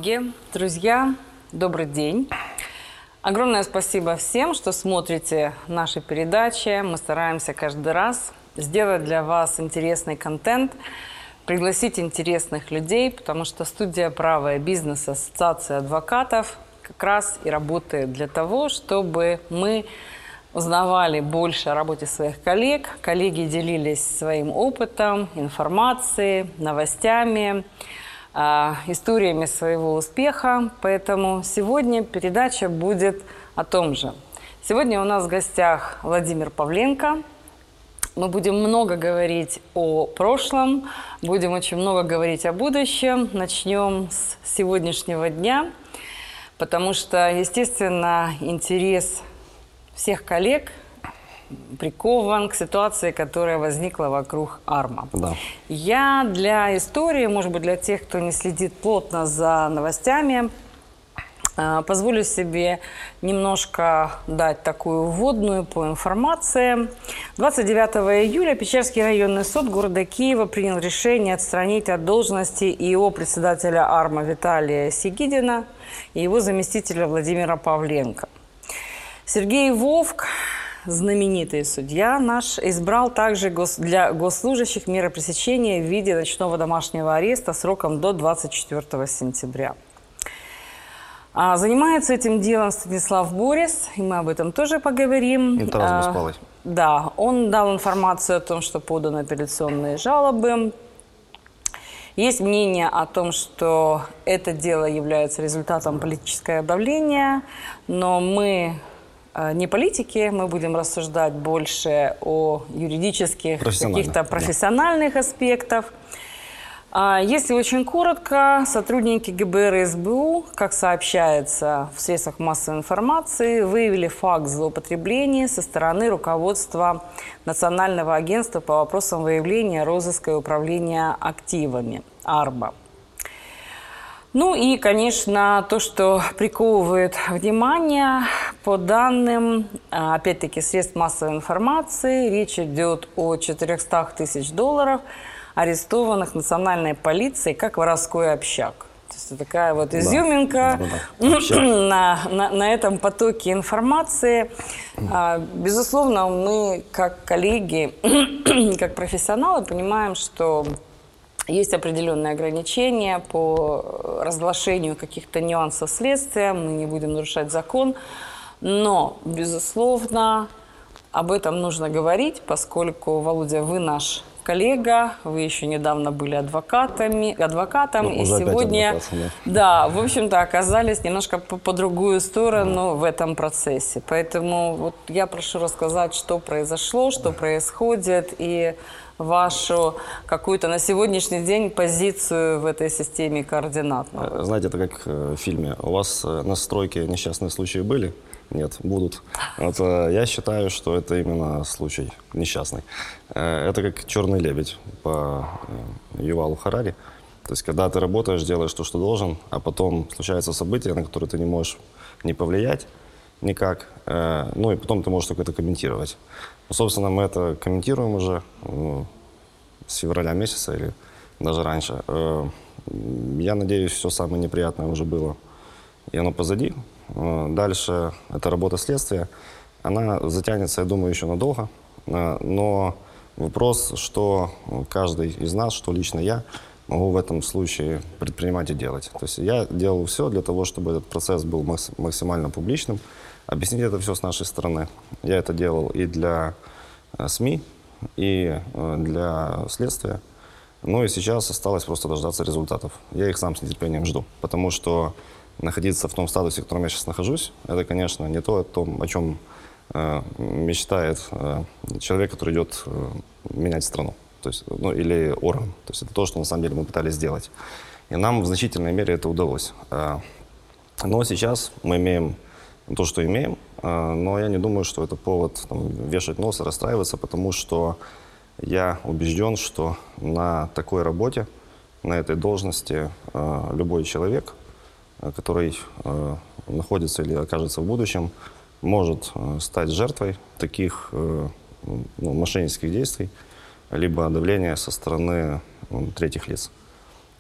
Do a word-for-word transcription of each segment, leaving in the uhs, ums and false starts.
коллеги, друзья, добрый день. Огромное спасибо всем, что смотрите наши передачи. Мы стараемся каждый раз сделать для вас интересный контент, пригласить интересных людей, потому что студия «Право и бизнес» Ассоциации адвокатов как раз и работает для того, чтобы мы узнавали больше о работе своих коллег, коллеги делились своим опытом, информацией, новостями, историями своего успеха. Поэтому сегодня передача будет о том же. Сегодня у нас в гостях Владимир Павленко. Мы будем много говорить о прошлом, будем очень много говорить о будущем. Начнем с сегодняшнего дня, потому что, естественно, интерес всех коллег прикован к ситуации, которая возникла вокруг АРМА. Да. Я для истории, может быть, для тех, кто не следит плотно за новостями, позволю себе немножко дать такую вводную по информации. двадцать девятого июля Печерский районный суд города Киева принял решение отстранить от должности ИО председателя АРМА Виталия Сигидина и его заместителя Владимира Павленко. Сергей Вовк, знаменитый судья наш, избрал также гос... для госслужащих меры пресечения в виде ночного домашнего ареста сроком до двадцать четвёртого сентября. А занимается этим делом Станислав Борис, и мы об этом тоже поговорим. Это раз а, да, он дал информацию о том, что поданы апелляционные жалобы. Есть мнение о том, что это дело является результатом политического давления, но мы не политики, мы будем рассуждать больше о юридических, каких-то профессиональных да. аспектах. Если очень коротко, сотрудники ГБР и СБУ, как сообщается в средствах массовой информации, выявили факт злоупотребления со стороны руководства Национального агентства по вопросам выявления, розыска и управления активами АРМА. Ну и, конечно, то, что приковывает внимание, по данным, опять-таки, средств массовой информации, речь идет о четырёхстах тысяч долларов, арестованных национальной полицией как воровской общак. То есть это такая вот изюминка да, да, да. На, на, на этом потоке информации. Безусловно, мы как коллеги, как профессионалы понимаем, что есть определенные ограничения по разглашению каких-то нюансов следствия, мы не будем нарушать закон, но, безусловно, об этом нужно говорить, поскольку, Володя, вы наш коллега, вы еще недавно были адвокатами, адвокатом, ну, и сегодня, да, в общем-то, оказались немножко по, по другую сторону в этом процессе. Поэтому вот я прошу рассказать, что произошло, что происходит, и вашу какую-то на сегодняшний день позицию в этой системе координат. Знаете, это как в фильме. У вас на стройке несчастные случаи были? Нет, будут. Вот, я считаю, что это именно случай несчастный. Это как «Черный лебедь» по Ювалу Харари. То есть, когда ты работаешь, делаешь то, что должен, а потом случаются события, на которые ты не можешь не повлиять никак, ну и потом ты можешь только это комментировать. Ну, собственно, мы это комментируем уже с февраля месяца или даже раньше. Я надеюсь, все самое неприятное уже было, и оно позади. Дальше это работа следствия. Она затянется, я думаю, еще надолго. Но вопрос, что каждый из нас, что лично я, могу в этом случае предпринимать и делать. То есть я делал все для того, чтобы этот процесс был максимально публичным. Объяснить это все с нашей стороны. Я это делал и для СМИ, и для следствия. Ну и сейчас осталось просто дождаться результатов. Я их сам с нетерпением жду, потому что находиться в том статусе, в котором я сейчас нахожусь, это, конечно, не то, о, том, о чем э, мечтает э, человек, который идет э, менять страну, то есть, ну, или орган. То есть это то, что на самом деле мы пытались сделать. И нам в значительной мере это удалось. Э, но сейчас мы имеем то, что имеем, э, но я не думаю, что это повод там, вешать нос и расстраиваться, потому что я убежден, что на такой работе, на этой должности э, любой человек, который э, находится или окажется в будущем, может э, стать жертвой таких э, ну, мошеннических действий, либо давления со стороны ну, третьих лиц.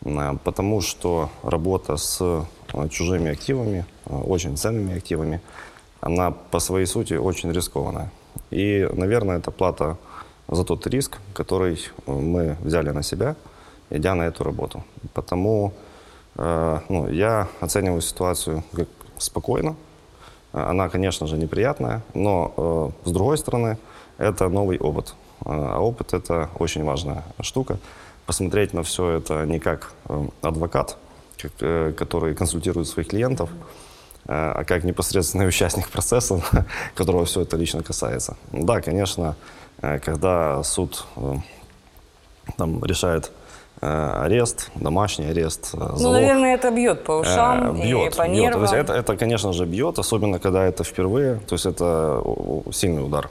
Э, Потому что работа с э, чужими активами, э, очень ценными активами, она по своей сути очень рискованная. И, наверное, это плата за тот риск, который мы взяли на себя, идя на эту работу. Потому э, ну, я оцениваю ситуацию как спокойно. Она, конечно же, неприятная, но э, с другой стороны, это новый опыт. А опыт — это очень важная штука. Посмотреть на все это не как э, адвокат, как, э, который консультирует своих клиентов, э, а как непосредственный участник процесса, которого все это лично касается. Да, конечно, э, когда суд э, там, решает э, арест, домашний арест, э, залог. Ну, наверное, это бьет по ушам Э, бьет, и по бьет. нервам. То есть это, это, конечно же, бьет, особенно когда это впервые. То есть это сильный удар.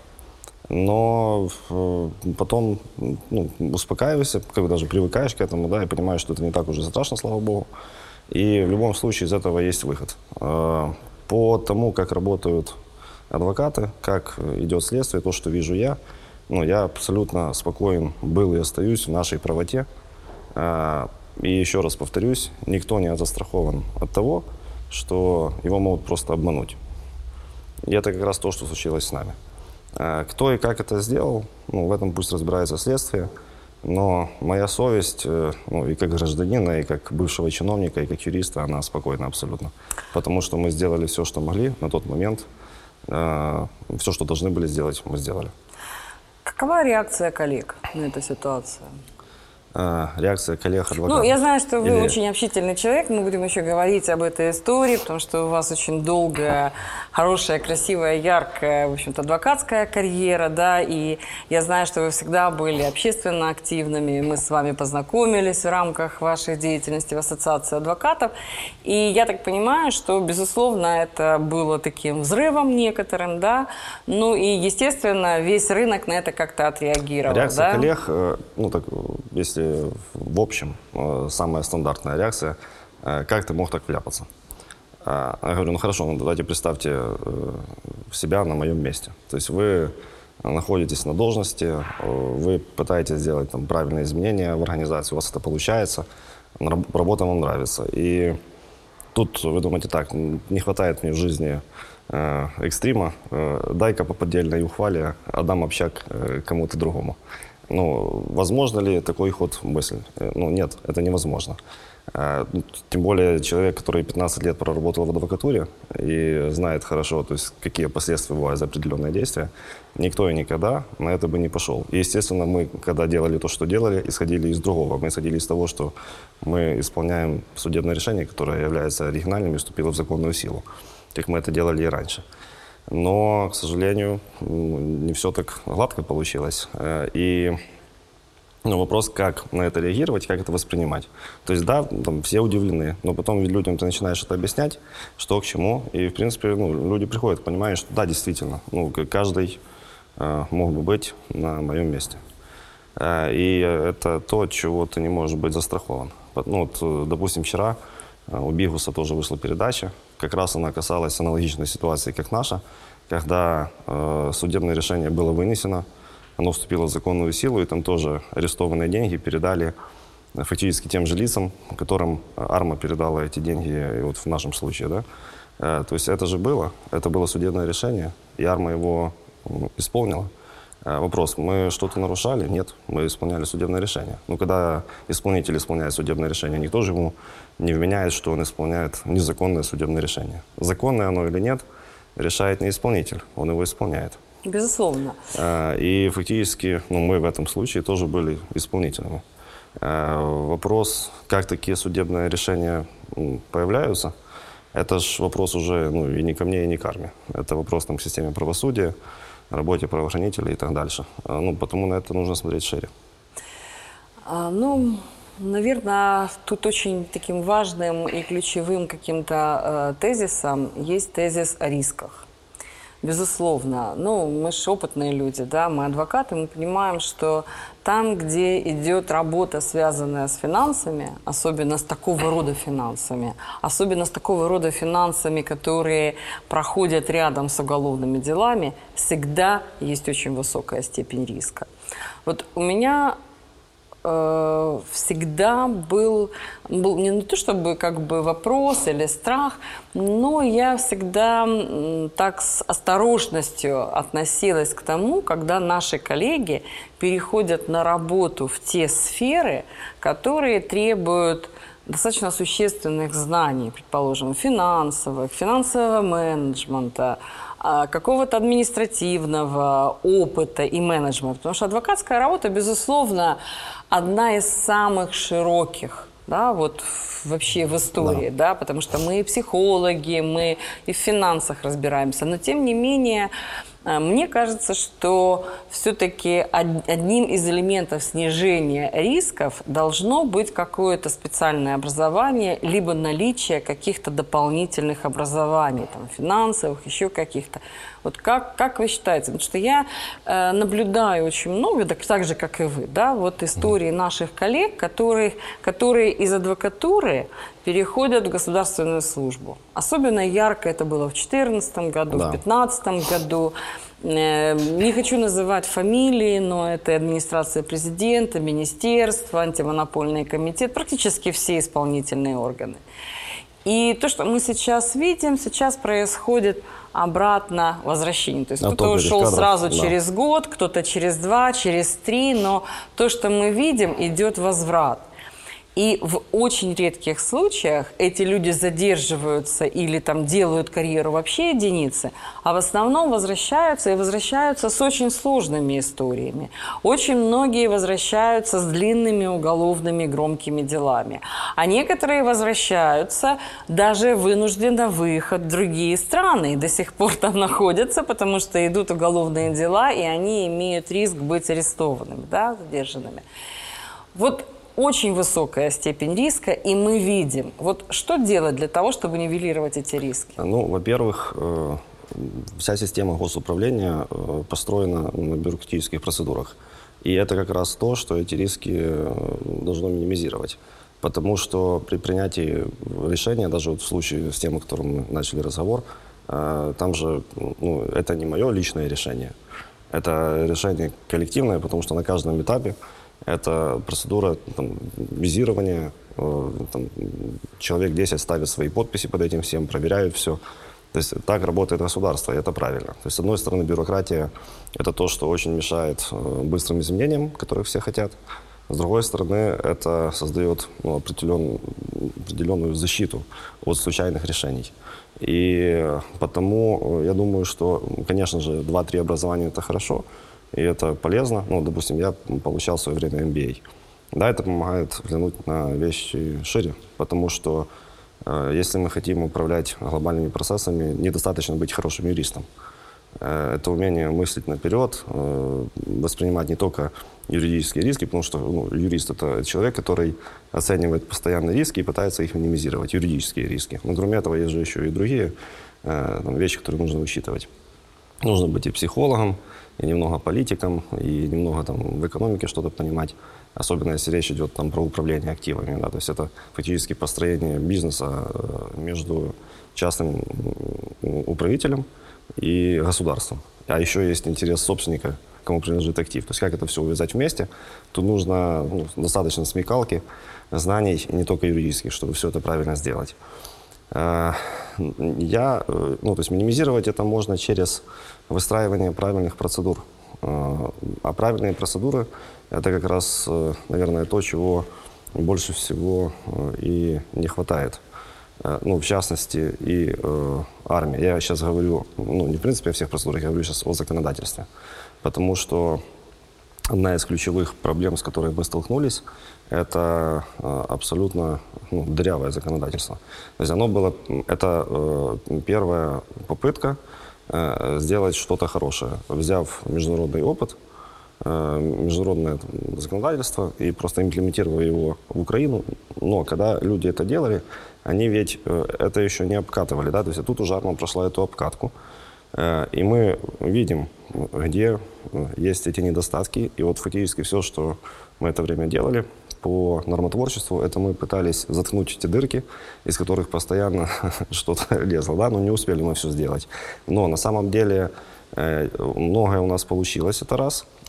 Но э, потом ну, успокаиваешься, когда даже привыкаешь к этому, да, и понимаешь, что это не так уже страшно, слава богу. И в любом случае из этого есть выход. Э, по тому, как работают адвокаты, как идет следствие, то, что вижу я, ну, я абсолютно спокоен был и остаюсь в нашей правоте. Э, и еще раз повторюсь, никто не застрахован от того, что его могут просто обмануть. И это как раз то, что случилось с нами. Кто и как это сделал, ну, в этом пусть разбирается следствие. Но моя совесть, ну, и как гражданина, и как бывшего чиновника, и как юриста, она спокойна абсолютно. Потому что мы сделали все, что могли на тот момент. Все, что должны были сделать, мы сделали. Какова реакция коллег на эту ситуацию? Реакция коллег адвокатов. Ну, я знаю, что вы Или... очень общительный человек. Мы будем еще говорить об этой истории, потому что у вас очень долгая, хорошая, красивая, яркая, в общем-то, адвокатская карьера, да, и я знаю, что вы всегда были общественно активными. Мы с вами познакомились в рамках вашей деятельности в Ассоциации адвокатов. И я так понимаю, что, безусловно, это было таким взрывом некоторым, да, ну и, естественно, весь рынок на это как-то отреагировал. Реакция да? коллег, ну так, если в общем, самая стандартная реакция, как ты мог так вляпаться? Я говорю, ну хорошо, ну давайте представьте себя на моем месте. То есть вы находитесь на должности, вы пытаетесь сделать там правильные изменения в организации, у вас это получается, работа вам нравится. И тут вы думаете так, не хватает мне в жизни экстрима, дай-ка по поддельной ухвале отдам общак кому-то другому. Ну, возможно ли такой ход мысли? Ну, нет, это невозможно. Тем более человек, который пятнадцать лет проработал в адвокатуре и знает хорошо, то есть какие последствия бывают за определенные действия, никто и никогда на это бы не пошел. И, естественно, мы, когда делали то, что делали, исходили из другого. Мы исходили из того, что мы исполняем судебное решение, которое является оригинальным и вступило в законную силу, как мы это делали и раньше. Но, к сожалению, не все так гладко получилось. И ну, вопрос, как на это реагировать, как это воспринимать. То есть, да, там, все удивлены, но потом людям ты начинаешь это объяснять, что к чему. И, в принципе, ну, люди приходят к пониманию, что да, действительно, ну, каждый э, мог бы быть на моем месте. Э, и это то, от чего ты не можешь быть застрахован. Ну, вот, допустим, вчера у Бигуса тоже вышла передача. Как раз она касалась аналогичной ситуации, как наша, когда э, судебное решение было вынесено, оно вступило в законную силу, и там тоже арестованные деньги передали фактически тем же лицам, которым АРМА передала эти деньги, и вот в нашем случае, да. Э, то есть это же было, это было судебное решение, и АРМА его ну, исполнила. Э, вопрос, мы что-то нарушали? Нет, мы исполняли судебное решение. Ну, когда исполнитель исполняет судебное решение, никто же ему не вменяет, что он исполняет незаконное судебное решение. Законное оно или нет, решает не исполнитель, он его исполняет. Безусловно. И фактически ну, мы в этом случае тоже были исполнителями. Вопрос, как такие судебные решения появляются, это же вопрос уже ну, и не ко мне, и не к АРМе. Это вопрос там, к системе правосудия, работе правоохранителей и так дальше. Ну, потому на это нужно смотреть шире. А, ну... Наверное, тут очень таким важным и ключевым каким-то э, тезисом есть тезис о рисках. Безусловно. Ну, мы же опытные люди, да, мы адвокаты, мы понимаем, что там, где идет работа, связанная с финансами, особенно с такого рода финансами, особенно с такого рода финансами, которые проходят рядом с уголовными делами, всегда есть очень высокая степень риска. Вот у меня э, всегда был, был не то чтобы как бы вопрос или страх, но я всегда м, так с осторожностью относилась к тому, когда наши коллеги переходят на работу в те сферы, которые требуют достаточно существенных знаний, предположим, финансовых, финансового менеджмента, какого-то административного опыта и менеджмента. Потому что адвокатская работа, безусловно, одна из самых широких, да, вот вообще в истории, да. Да, потому что мы и психологи, мы и в финансах разбираемся. Но, тем не менее, мне кажется, что все-таки одним из элементов снижения рисков должно быть какое-то специальное образование, либо наличие каких-то дополнительных образований, там, финансовых, еще каких-то. Вот как, как вы считаете? Потому что я э, наблюдаю очень много, так, так же, как и вы, да, вот истории наших коллег, которые, которые из адвокатуры переходят в государственную службу. Особенно ярко это было в две тысячи четырнадцатом году, да. В две тысячи пятнадцатом году. Не хочу называть фамилии, но это администрация президента, министерство, антимонопольный комитет, практически все исполнительные органы. И то, что мы сейчас видим, сейчас происходит обратно возвращение. То есть кто-то ушел кадров, сразу да. через год, кто-то через два, через три, но то, что мы видим, идет возврат. И в очень редких случаях эти люди задерживаются или там делают карьеру вообще единицы, а в основном возвращаются и возвращаются с очень сложными историями. Очень многие возвращаются с длинными уголовными громкими делами. А некоторые возвращаются даже вынужденно выехать в другие страны и до сих пор там находятся, потому что идут уголовные дела, и они имеют риск быть арестованными, да, задержанными. Вот очень высокая степень риска, и мы видим. Вот что делать для того, чтобы нивелировать эти риски? Ну, во-первых, вся система госуправления построена на бюрократических процедурах. И это как раз то, что эти риски должно минимизировать. Потому что при принятии решения, даже вот в случае с тем, о котором мы начали разговор, там же ну, это не мое личное решение. Это решение коллективное, потому что на каждом этапе это процедура там, визирования, э, там, человек десять ставит свои подписи под этим всем, проверяют все. То есть так работает государство, и это правильно. То есть, с одной стороны, бюрократия – это то, что очень мешает э, быстрым изменениям, которых все хотят. С другой стороны, это создает ну, определен, определенную защиту от случайных решений. И потому я думаю, что, конечно же, два-три образования – это хорошо. И это полезно. Ну, допустим, я получал в свое время эм би эй. Да, это помогает взглянуть на вещи шире, потому что э, если мы хотим управлять глобальными процессами, недостаточно быть хорошим юристом. Э, это умение мыслить наперед, э, воспринимать не только юридические риски, потому что ну, юрист – это человек, который оценивает постоянные риски и пытается их минимизировать, юридические риски. Но кроме этого есть же еще и другие э, там, вещи, которые нужно учитывать. Нужно быть и психологом, и немного политиком, и немного там в экономике что-то понимать. Особенно если речь идет там про управление активами. Да? То есть это фактически построение бизнеса между частным управителем и государством. А еще есть интерес собственника, кому принадлежит актив. То есть как это все увязать вместе, тут нужно ну, достаточно смекалки, знаний, и не только юридических, чтобы все это правильно сделать. Я, ну, то есть минимизировать это можно через выстраивание правильных процедур. А правильные процедуры – это как раз, наверное, то, чего больше всего и не хватает. Ну, в частности, и э, армия. Я сейчас говорю, ну, не в принципе о всех процедурах, я говорю сейчас о законодательстве. Потому что одна из ключевых проблем, с которой мы столкнулись, это э, абсолютно ну, дырявое законодательство. То есть оно было, это э, первая попытка э, сделать что-то хорошее, взяв международный опыт, э, международное законодательство и просто имплементировав его в Украину. Но когда люди это делали, они ведь э, это еще не обкатывали, да, то есть тут уже армия прошла эту обкатку. Э, и мы видим, где есть эти недостатки. И вот фактически все, что мы это время делали по нормотворчеству, это мы пытались заткнуть эти дырки, из которых постоянно что-то лезло, да, но не успели мы все сделать. Но на самом деле э, многое у нас получилось, это раз.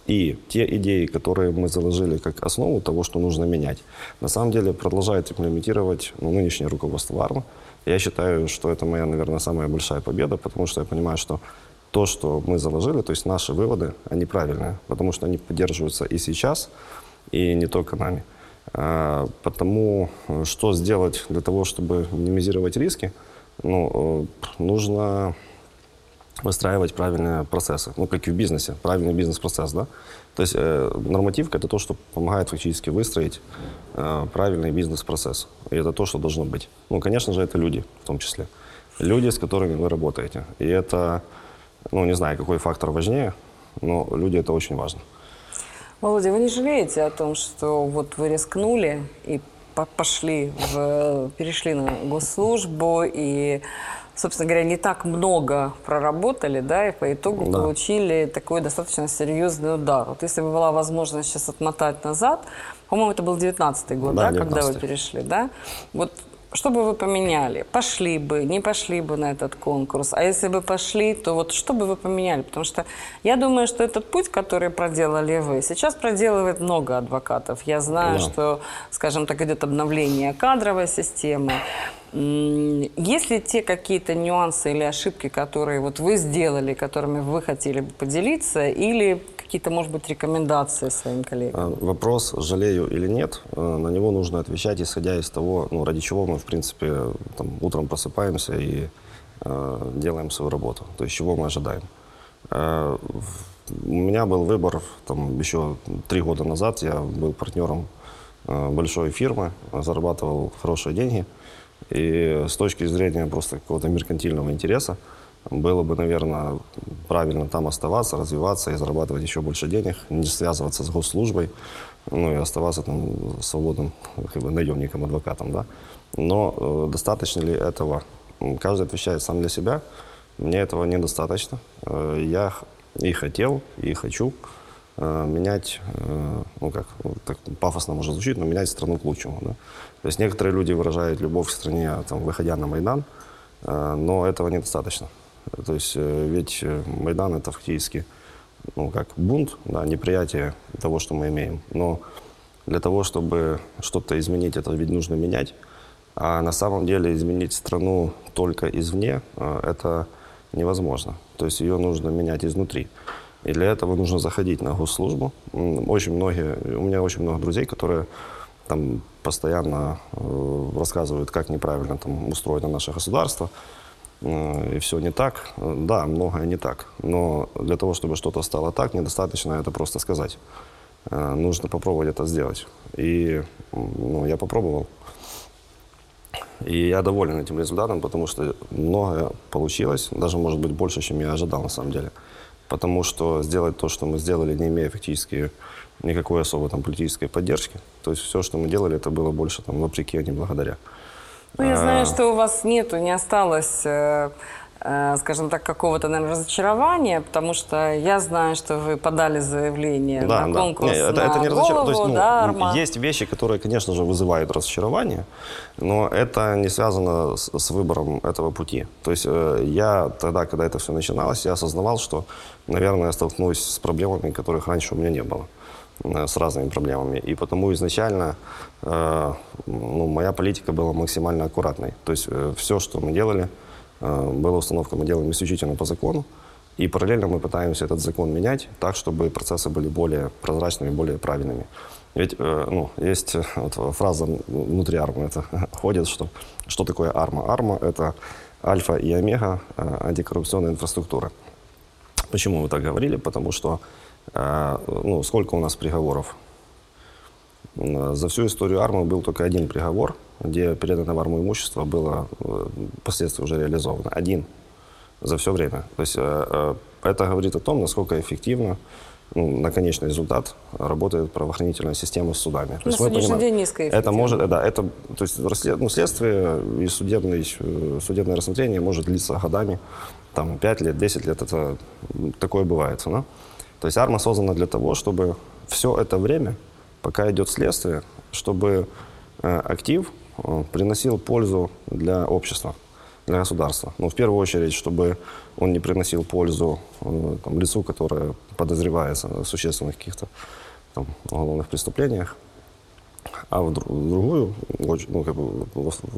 И те идеи, которые мы заложили как основу того, что нужно менять, на самом деле продолжает имплементировать ну, нынешнее руководство АРМА. Я считаю, что это моя, наверное, самая большая победа, потому что я понимаю, что то, что мы заложили, то есть наши выводы, они правильные, потому что они поддерживаются и сейчас, и не только нами. А, потому что сделать для того, чтобы минимизировать риски, ну, нужно выстраивать правильные процессы, ну, как и в бизнесе, правильный бизнес-процесс, да. То есть э, нормативка – это то, что помогает фактически выстроить э, правильный бизнес-процесс. И это то, что должно быть. Ну, конечно же, это люди в том числе. Люди, с которыми вы работаете. И это, ну, не знаю, какой фактор важнее, но люди – это очень важно. Володя, вы не жалеете о том, что вот вы рискнули и пошли в, перешли на госслужбу и, собственно говоря, не так много проработали, да, и по итогу да. получили такой достаточно серьезный удар. Вот если бы была возможность сейчас отмотать назад, по-моему, это был девятнадцатый год, да, да когда вы перешли, да? Вот что бы вы поменяли? Пошли бы, не пошли бы на этот конкурс? А если бы пошли, то вот что бы вы поменяли? Потому что я думаю, что этот путь, который проделали вы, сейчас проделывает много адвокатов. Я знаю, да. что, скажем так, идет обновление кадровой системы. Есть ли те какие-то нюансы или ошибки, которые вот вы сделали, которыми вы хотели бы поделиться, или какие-то, может быть, рекомендации своим коллегам? Вопрос, жалею или нет, на него нужно отвечать, исходя из того, ну, ради чего мы, в принципе, там, утром просыпаемся и э, делаем свою работу, то есть чего мы ожидаем. Э, у меня был выбор, там, еще три года назад я был партнером э, большой фирмы, зарабатывал хорошие деньги, и с точки зрения просто какого-то меркантильного интереса, было бы, наверное, правильно там оставаться, развиваться и зарабатывать еще больше денег, не связываться с госслужбой, ну и оставаться там свободным как бы, наемником, адвокатом, да. Но э, достаточно ли этого? Каждый отвечает сам для себя. Мне этого недостаточно. Э, я и хотел, и хочу э, менять, э, ну как, так пафосно может звучить, но менять страну к лучшему, да. То есть некоторые люди выражают любовь к стране, там, выходя на Майдан, э, но этого недостаточно. То есть ведь Майдан – это фактически ну, как бунт, да, неприятие того, что мы имеем. Но для того, чтобы что-то изменить, это ведь нужно менять. А на самом деле изменить страну только извне – это невозможно. То есть ее нужно менять изнутри. И для этого нужно заходить на госслужбу. Очень многие, у меня очень много друзей, которые там постоянно э, рассказывают, как неправильно там устроено наше государство. И все не так. Да, многое не так. Но для того, чтобы что-то стало так, недостаточно это просто сказать. Нужно попробовать это сделать. И ну, я попробовал. И я доволен этим результатом, потому что многое получилось. Даже, может быть, больше, чем я ожидал на самом деле. Потому что сделать то, что мы сделали, не имея фактически никакой особой там, политической поддержки. То есть все, что мы делали, это было больше там, вопреки, а не благодаря. Ну, я знаю, что у вас нету, не осталось, э, э, скажем так, какого-то, наверное, разочарования, потому что я знаю, что вы подали заявление да, на да. конкурс Нет, это, на это не голову, То есть, ну, да, АРМА. Есть вещи, которые, конечно же, вызывают разочарование, но это не связано с, с выбором этого пути. То есть э, я тогда, когда это все начиналось, я осознавал, что, наверное, я столкнусь с проблемами, которых раньше у меня не было. С разными проблемами. И потому изначально э, ну, моя политика была максимально аккуратной. То есть э, все, что мы делали, э, была установка, мы делаем исключительно по закону. И параллельно мы пытаемся этот закон менять так, чтобы процессы были более прозрачными, более правильными. Ведь э, ну, есть вот, фраза внутри АРМА, это ходит, что, что такое АРМА. АРМА – это альфа и омега э, антикоррупционной инфраструктуры. Почему мы так говорили? Потому что ну, сколько у нас приговоров? За всю историю АРМА был только один приговор, где передано в АРМА имущество было впоследствии уже реализовано. Один за все время. То есть это говорит о том, насколько эффективно, ну, на конечный результат работает правоохранительная система с судами. На сегодняшний день низкая это может, да, это, то есть ну, следствие и судебное, судебное рассмотрение может длиться годами, там пять лет, десять лет, это такое бывает, да? То есть АРМА создана для того, чтобы все это время, пока идет следствие, чтобы э, актив э, приносил пользу для общества. для государства. Ну, в первую очередь, чтобы он не приносил пользу э, там, лицу, которое подозревается в существенных каких-то там, уголовных преступлениях. А в, друг, в другую, ну, как бы,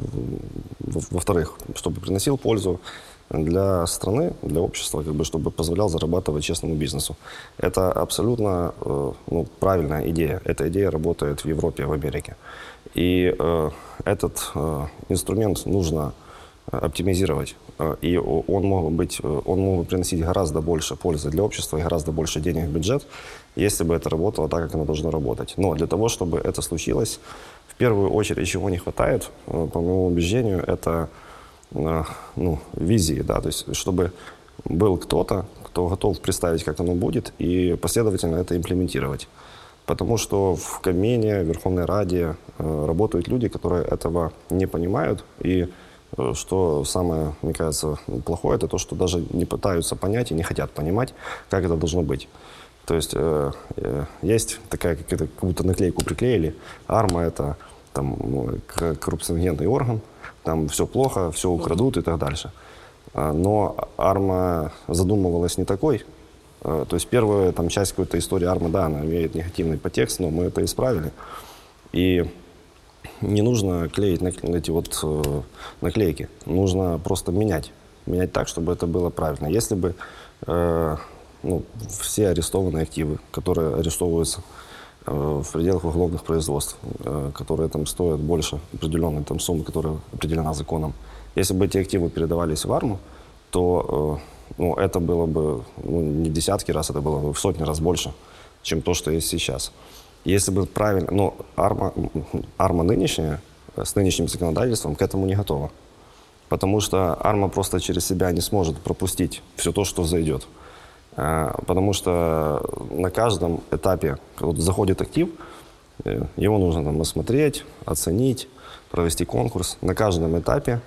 во-вторых, чтобы приносил пользу для страны, для общества, как бы, чтобы позволял зарабатывать честному бизнесу. Это абсолютно э, ну, правильная идея. Эта идея работает в Европе, в Америке. И э, этот э, инструмент нужно оптимизировать. Э, и он мог быть, он мог бы приносить гораздо больше пользы для общества и гораздо больше денег в бюджет, если бы это работало так, как оно должно работать. Но для того, чтобы это случилось, в первую очередь, чего не хватает, э, по моему убеждению, это ну, визии, да, то есть чтобы был кто-то, кто готов представить, как оно будет, и последовательно это имплементировать. Потому что в Кабмине, в Верховной Раде э, работают люди, которые этого не понимают, и э, что самое, мне кажется, плохое, это то, что даже не пытаются понять и не хотят понимать, как это должно быть. То есть э, э, есть такая, как, это, как будто наклейку приклеили, АРМА — это там, коррупционогенный орган, там все плохо, все украдут и так дальше. Но АРМА задумывалась не такой. То есть первая там, часть какой-то истории АРМА, да, она имеет негативный подтекст, но мы это исправили. И не нужно клеить эти вот наклейки, нужно просто менять. Менять так, чтобы это было правильно. Если бы э, ну, все арестованные активы, которые арестовываются в пределах уголовных производств, которые там стоят больше определенной там, суммы, которая определена законом. Если бы эти активы передавались в АРМА, то ну, это было бы ну, не в десятки раз, это было бы в сотни раз больше, чем то, что есть сейчас. Если бы правильно... Но АРМА, АРМА нынешняя, с нынешним законодательством к этому не готова. Потому что АРМА просто через себя не сможет пропустить все то, что зайдет. Потому что на каждом этапе, вот заходит актив, его нужно там осмотреть, оценить, провести конкурс. На каждом этапе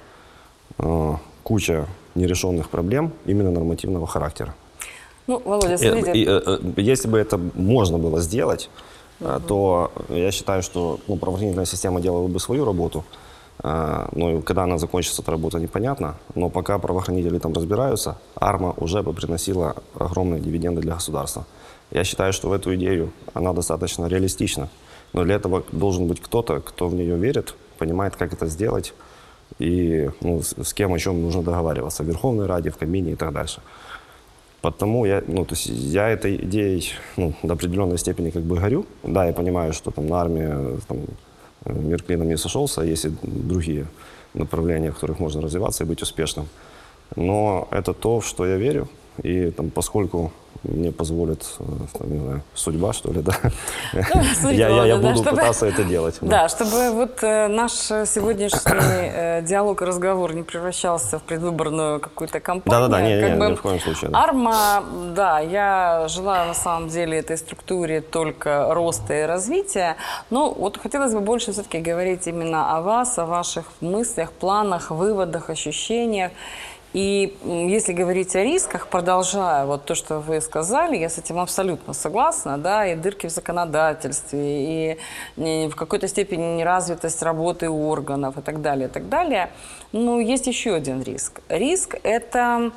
э, куча нерешенных проблем именно нормативного характера. Ну, Володя, смотрите. И, и, и, если бы это можно было сделать, uh-huh. то я считаю, что ну, правоохранительная система делала бы свою работу. Ну, когда она закончится, эта работа непонятно, но пока правоохранители там разбираются, АРМА уже бы приносила огромные дивиденды для государства. Я считаю, что в эту идею она достаточно реалистична, но для этого должен быть кто-то, кто в нее верит, понимает, как это сделать и ну, с, с кем о чем нужно договариваться, в Верховной Раде, в Кабмине и так дальше. Потому я, ну, то есть я этой идеей ну, до определенной степени как бы горю. Да, я понимаю, что там на армии там, мир клином не сошелся, а есть и другие направления, в которых можно развиваться и быть успешным. Но это то, в что я верю. И там, поскольку мне позволит там, не знаю, судьба, что ли, да, ну, смотрите, я, я, я да, буду чтобы, пытаться это делать. Да, да, чтобы вот э, наш сегодняшний э, диалог и разговор не превращался в предвыборную какую-то кампанию. Да-да-да, не, как не, бы, ни в коем случае. Да. АРМА, да, я желаю на самом деле этой структуре только роста и развития, но вот хотелось бы больше все-таки говорить именно о вас, о ваших мыслях, планах, выводах, ощущениях. И если говорить о рисках, продолжая вот то, что вы сказали, я с этим абсолютно согласна, да, и дырки в законодательстве, и в какой-то степени неразвитость работы органов и так далее, и так далее. Но есть еще один риск. Риск – это,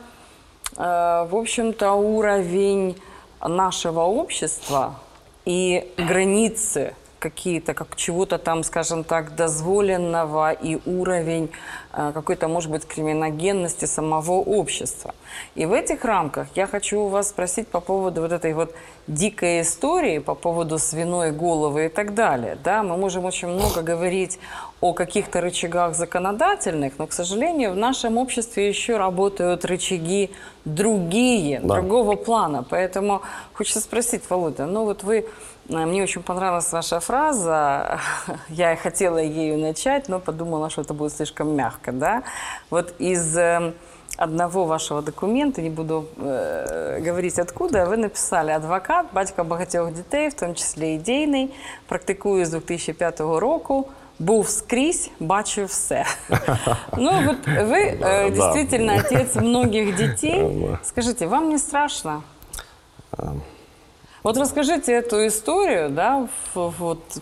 э, в общем-то, уровень нашего общества и границы какие-то, как чего-то там, скажем так, дозволенного и уровень э, какой-то, может быть, криминогенности самого общества. И в этих рамках я хочу у вас спросить по поводу вот этой вот дикой истории, по поводу свиной головы и так далее. Да, мы можем очень много говорить о каких-то рычагах законодательных, но, к сожалению, в нашем обществе еще работают рычаги другие, да. другого плана. Поэтому хочется спросить, Володя, ну вот вы... Мне очень понравилась ваша фраза, я хотела ею начать, но подумала, что это будет слишком мягко, да? Вот из э, одного вашего документа, не буду э, говорить откуда, вы написали: адвокат, батько багатьох дітей, в тому числі ідейний, практикую з дві тисячі п'ятого року, був скрізь, бачив все. Ну вот вы э, действительно отец многих детей. Скажите, вам не страшно? Вот расскажите эту историю, да, вот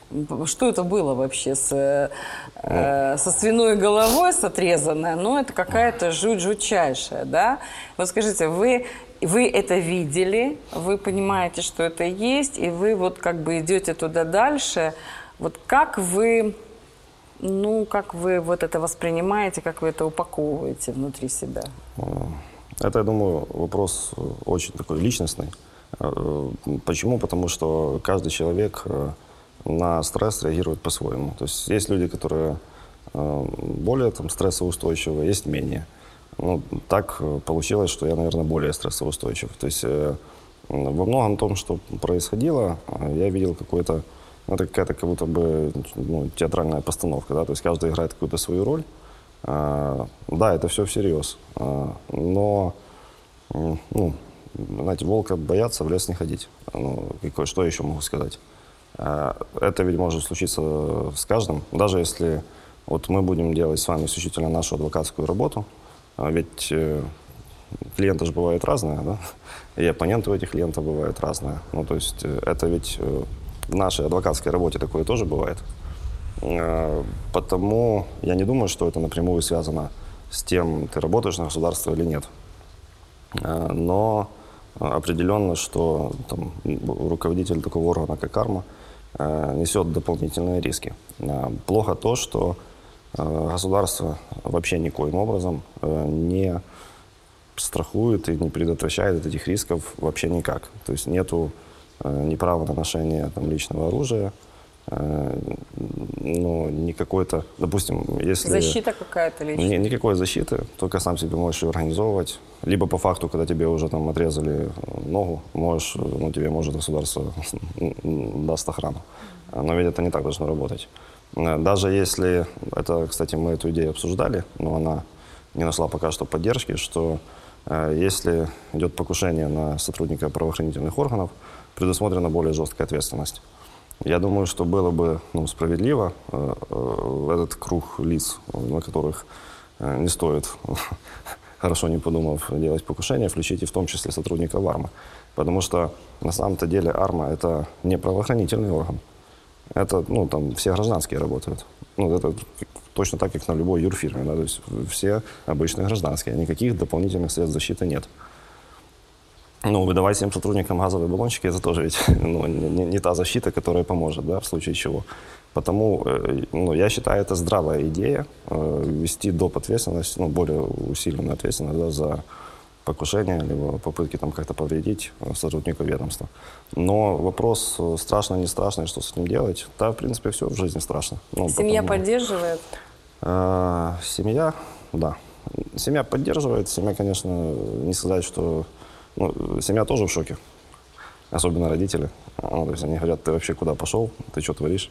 что это было вообще с, э, со свиной головой, с отрезанной? Ну, это какая-то жуть жутчайшая, да? Вот скажите, вы, вы это видели, вы понимаете, что это есть, и вы вот как бы идете туда дальше. Вот как вы, ну, как вы вот это воспринимаете, как вы это упаковываете внутри себя? Это, я думаю, вопрос очень такой личностный. Почему? Потому что каждый человек на стресс реагирует по-своему. То есть есть люди, которые более там, стрессоустойчивые, есть менее. Ну, так получилось, что я, наверное, более стрессоустойчив. То есть во многом том, что происходило, я видел какой-то, ну, это какая-то как будто бы ну, театральная постановка, да, то есть каждый играет какую-то свою роль. А, да, это все всерьез, а, но, ну, знаете, волка бояться, в лес не ходить. Ну, какое, что еще могу сказать? А, это ведь может случиться с каждым, даже если вот мы будем делать с вами исключительно нашу адвокатскую работу, а ведь э, клиенты же бывают разные, да, и оппоненты у этих клиентов бывают разные. Ну, то есть э, это ведь э, в нашей адвокатской работе такое тоже бывает. Потому я не думаю, что это напрямую связано с тем, ты работаешь на государство или нет. Но определенно, что там, руководитель такого органа, как АРМА, несет дополнительные риски. Плохо то, что государство вообще никоим образом не страхует и не предотвращает этих рисков вообще никак. То есть нету ни права на ношение там, личного оружия, ну, не какой-то, допустим, если... Защита какая-то личная? Никакой защиты, только сам себе можешь ее организовывать. Либо по факту, когда тебе уже там отрезали ногу, можешь, ну, тебе может государство даст охрану. Но ведь это не так должно работать. Даже если, это, кстати, мы эту идею обсуждали, но она не нашла пока что поддержки, что если идет покушение на сотрудника правоохранительных органов, предусмотрена более жесткая ответственность. Я думаю, что было бы ну, справедливо э, э, этот круг лиц, на которых э, не стоит, хорошо не подумав, делать покушение, включить и в том числе сотрудников АРМА. Потому что на самом-то деле АРМА – это не правоохранительный орган. Это, ну, там все гражданские работают. Ну, это точно так, как на любой юрфирме. Да? То есть все обычные гражданские, никаких дополнительных средств защиты нет. Ну, выдавать всем сотрудникам газовые баллончики, это тоже ведь ну, не, не та защита, которая поможет, да, в случае чего. Потому, ну, я считаю, это здравая идея, э, ввести доп. Ответственность, ну, более усиленную ответственность, да, за покушение, либо попытки там как-то повредить сотрудника ведомства. Но вопрос, страшно, не страшно, что с этим делать, да, в принципе, все в жизни страшно. Ну, семья потому, поддерживает? Э, семья, да. Семья поддерживает, семья, конечно, не сказать, что... Ну, семья тоже в шоке, особенно родители. Ну, то есть они говорят, ты вообще куда пошел, ты что творишь?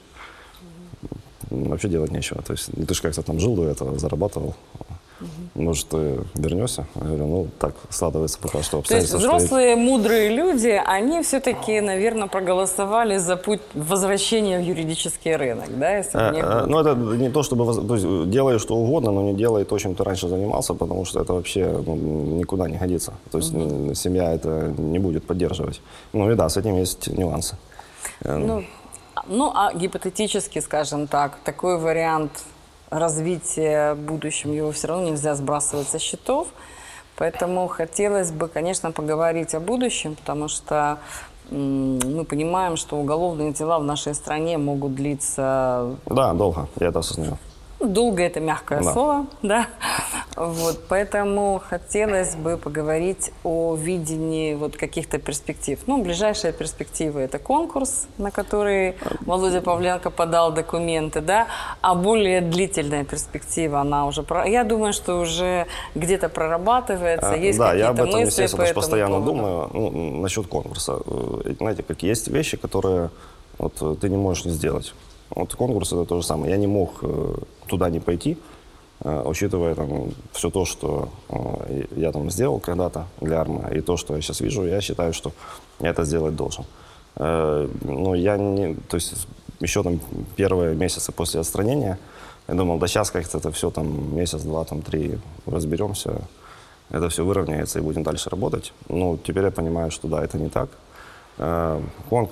Mm-hmm. Вообще делать нечего. То есть ты же как-то там жил до этого, зарабатывал. Mm-hmm. Может, ты вернешься? Я говорю, ну, так складывается пока что обстоятельства. То есть взрослые, мудрые люди, они все-таки, наверное, проголосовали за путь возвращения в юридический рынок, да? Если а, не а, ну, это не то, чтобы... То есть делай что угодно, но не делай то, чем ты раньше занимался, потому что это вообще ну, никуда не годится. То есть mm-hmm. семья это не будет поддерживать. Ну и да, с этим есть нюансы. Ну, ну а гипотетически, скажем так, такой вариант... развития в будущем, его все равно нельзя сбрасывать со счетов. Поэтому хотелось бы, конечно, поговорить о будущем, потому что м, мы понимаем, что уголовные дела в нашей стране могут длиться... Да, долго, я это осознаю. Долго – это мягкое да. слово, да. Вот, поэтому хотелось бы поговорить о видении вот каких-то перспектив. Ну, ближайшая перспектива – это конкурс, на который Володя Павленко подал документы, да. А более длительная перспектива, она уже… Про... Я думаю, что уже где-то прорабатывается, есть да, какие-то я об этом, мысли естественно, по этому постоянно поводу. думаю ну, насчет конкурса. Знаете, как есть вещи, которые вот, ты не можешь не сделать. Вот конкурс это то же самое. Я не мог э, туда не пойти, э, учитывая там, все то, что э, я там сделал когда-то для АРМА, и то, что я сейчас вижу, я считаю, что я это сделать должен. Э, но я не, то есть еще там первые месяцы после отстранения, я думал, да сейчас как-то это все там месяц, два, там три разберемся, это все выровняется и будем дальше работать. Ну, теперь я понимаю, что да, это не так. Э, конкурс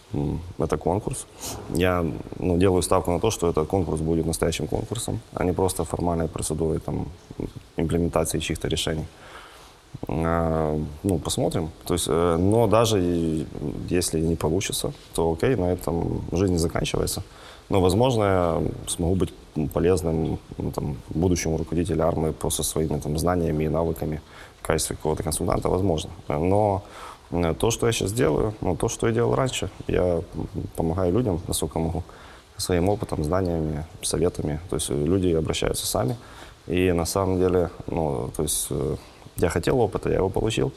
м, это конкурс. Я ну, делаю ставку на то, что этот конкурс будет настоящим конкурсом, а не просто формальной процедурой там, имплементации чьих-то решений. А, ну, посмотрим. То есть, э, но даже и если не получится, то окей, на этом жизнь не заканчивается. Но, возможно, я смогу быть полезным ну, там, будущему руководителю армии просто своими там, знаниями и навыками в качестве какого-то консультанта, возможно. Но то, что я сейчас делаю, ну, то, что я делал раньше, я помогаю людям, насколько могу, своим опытом, знаниями, советами. То есть люди обращаются сами. И на самом деле, ну, то есть я хотел опыта, я его получил.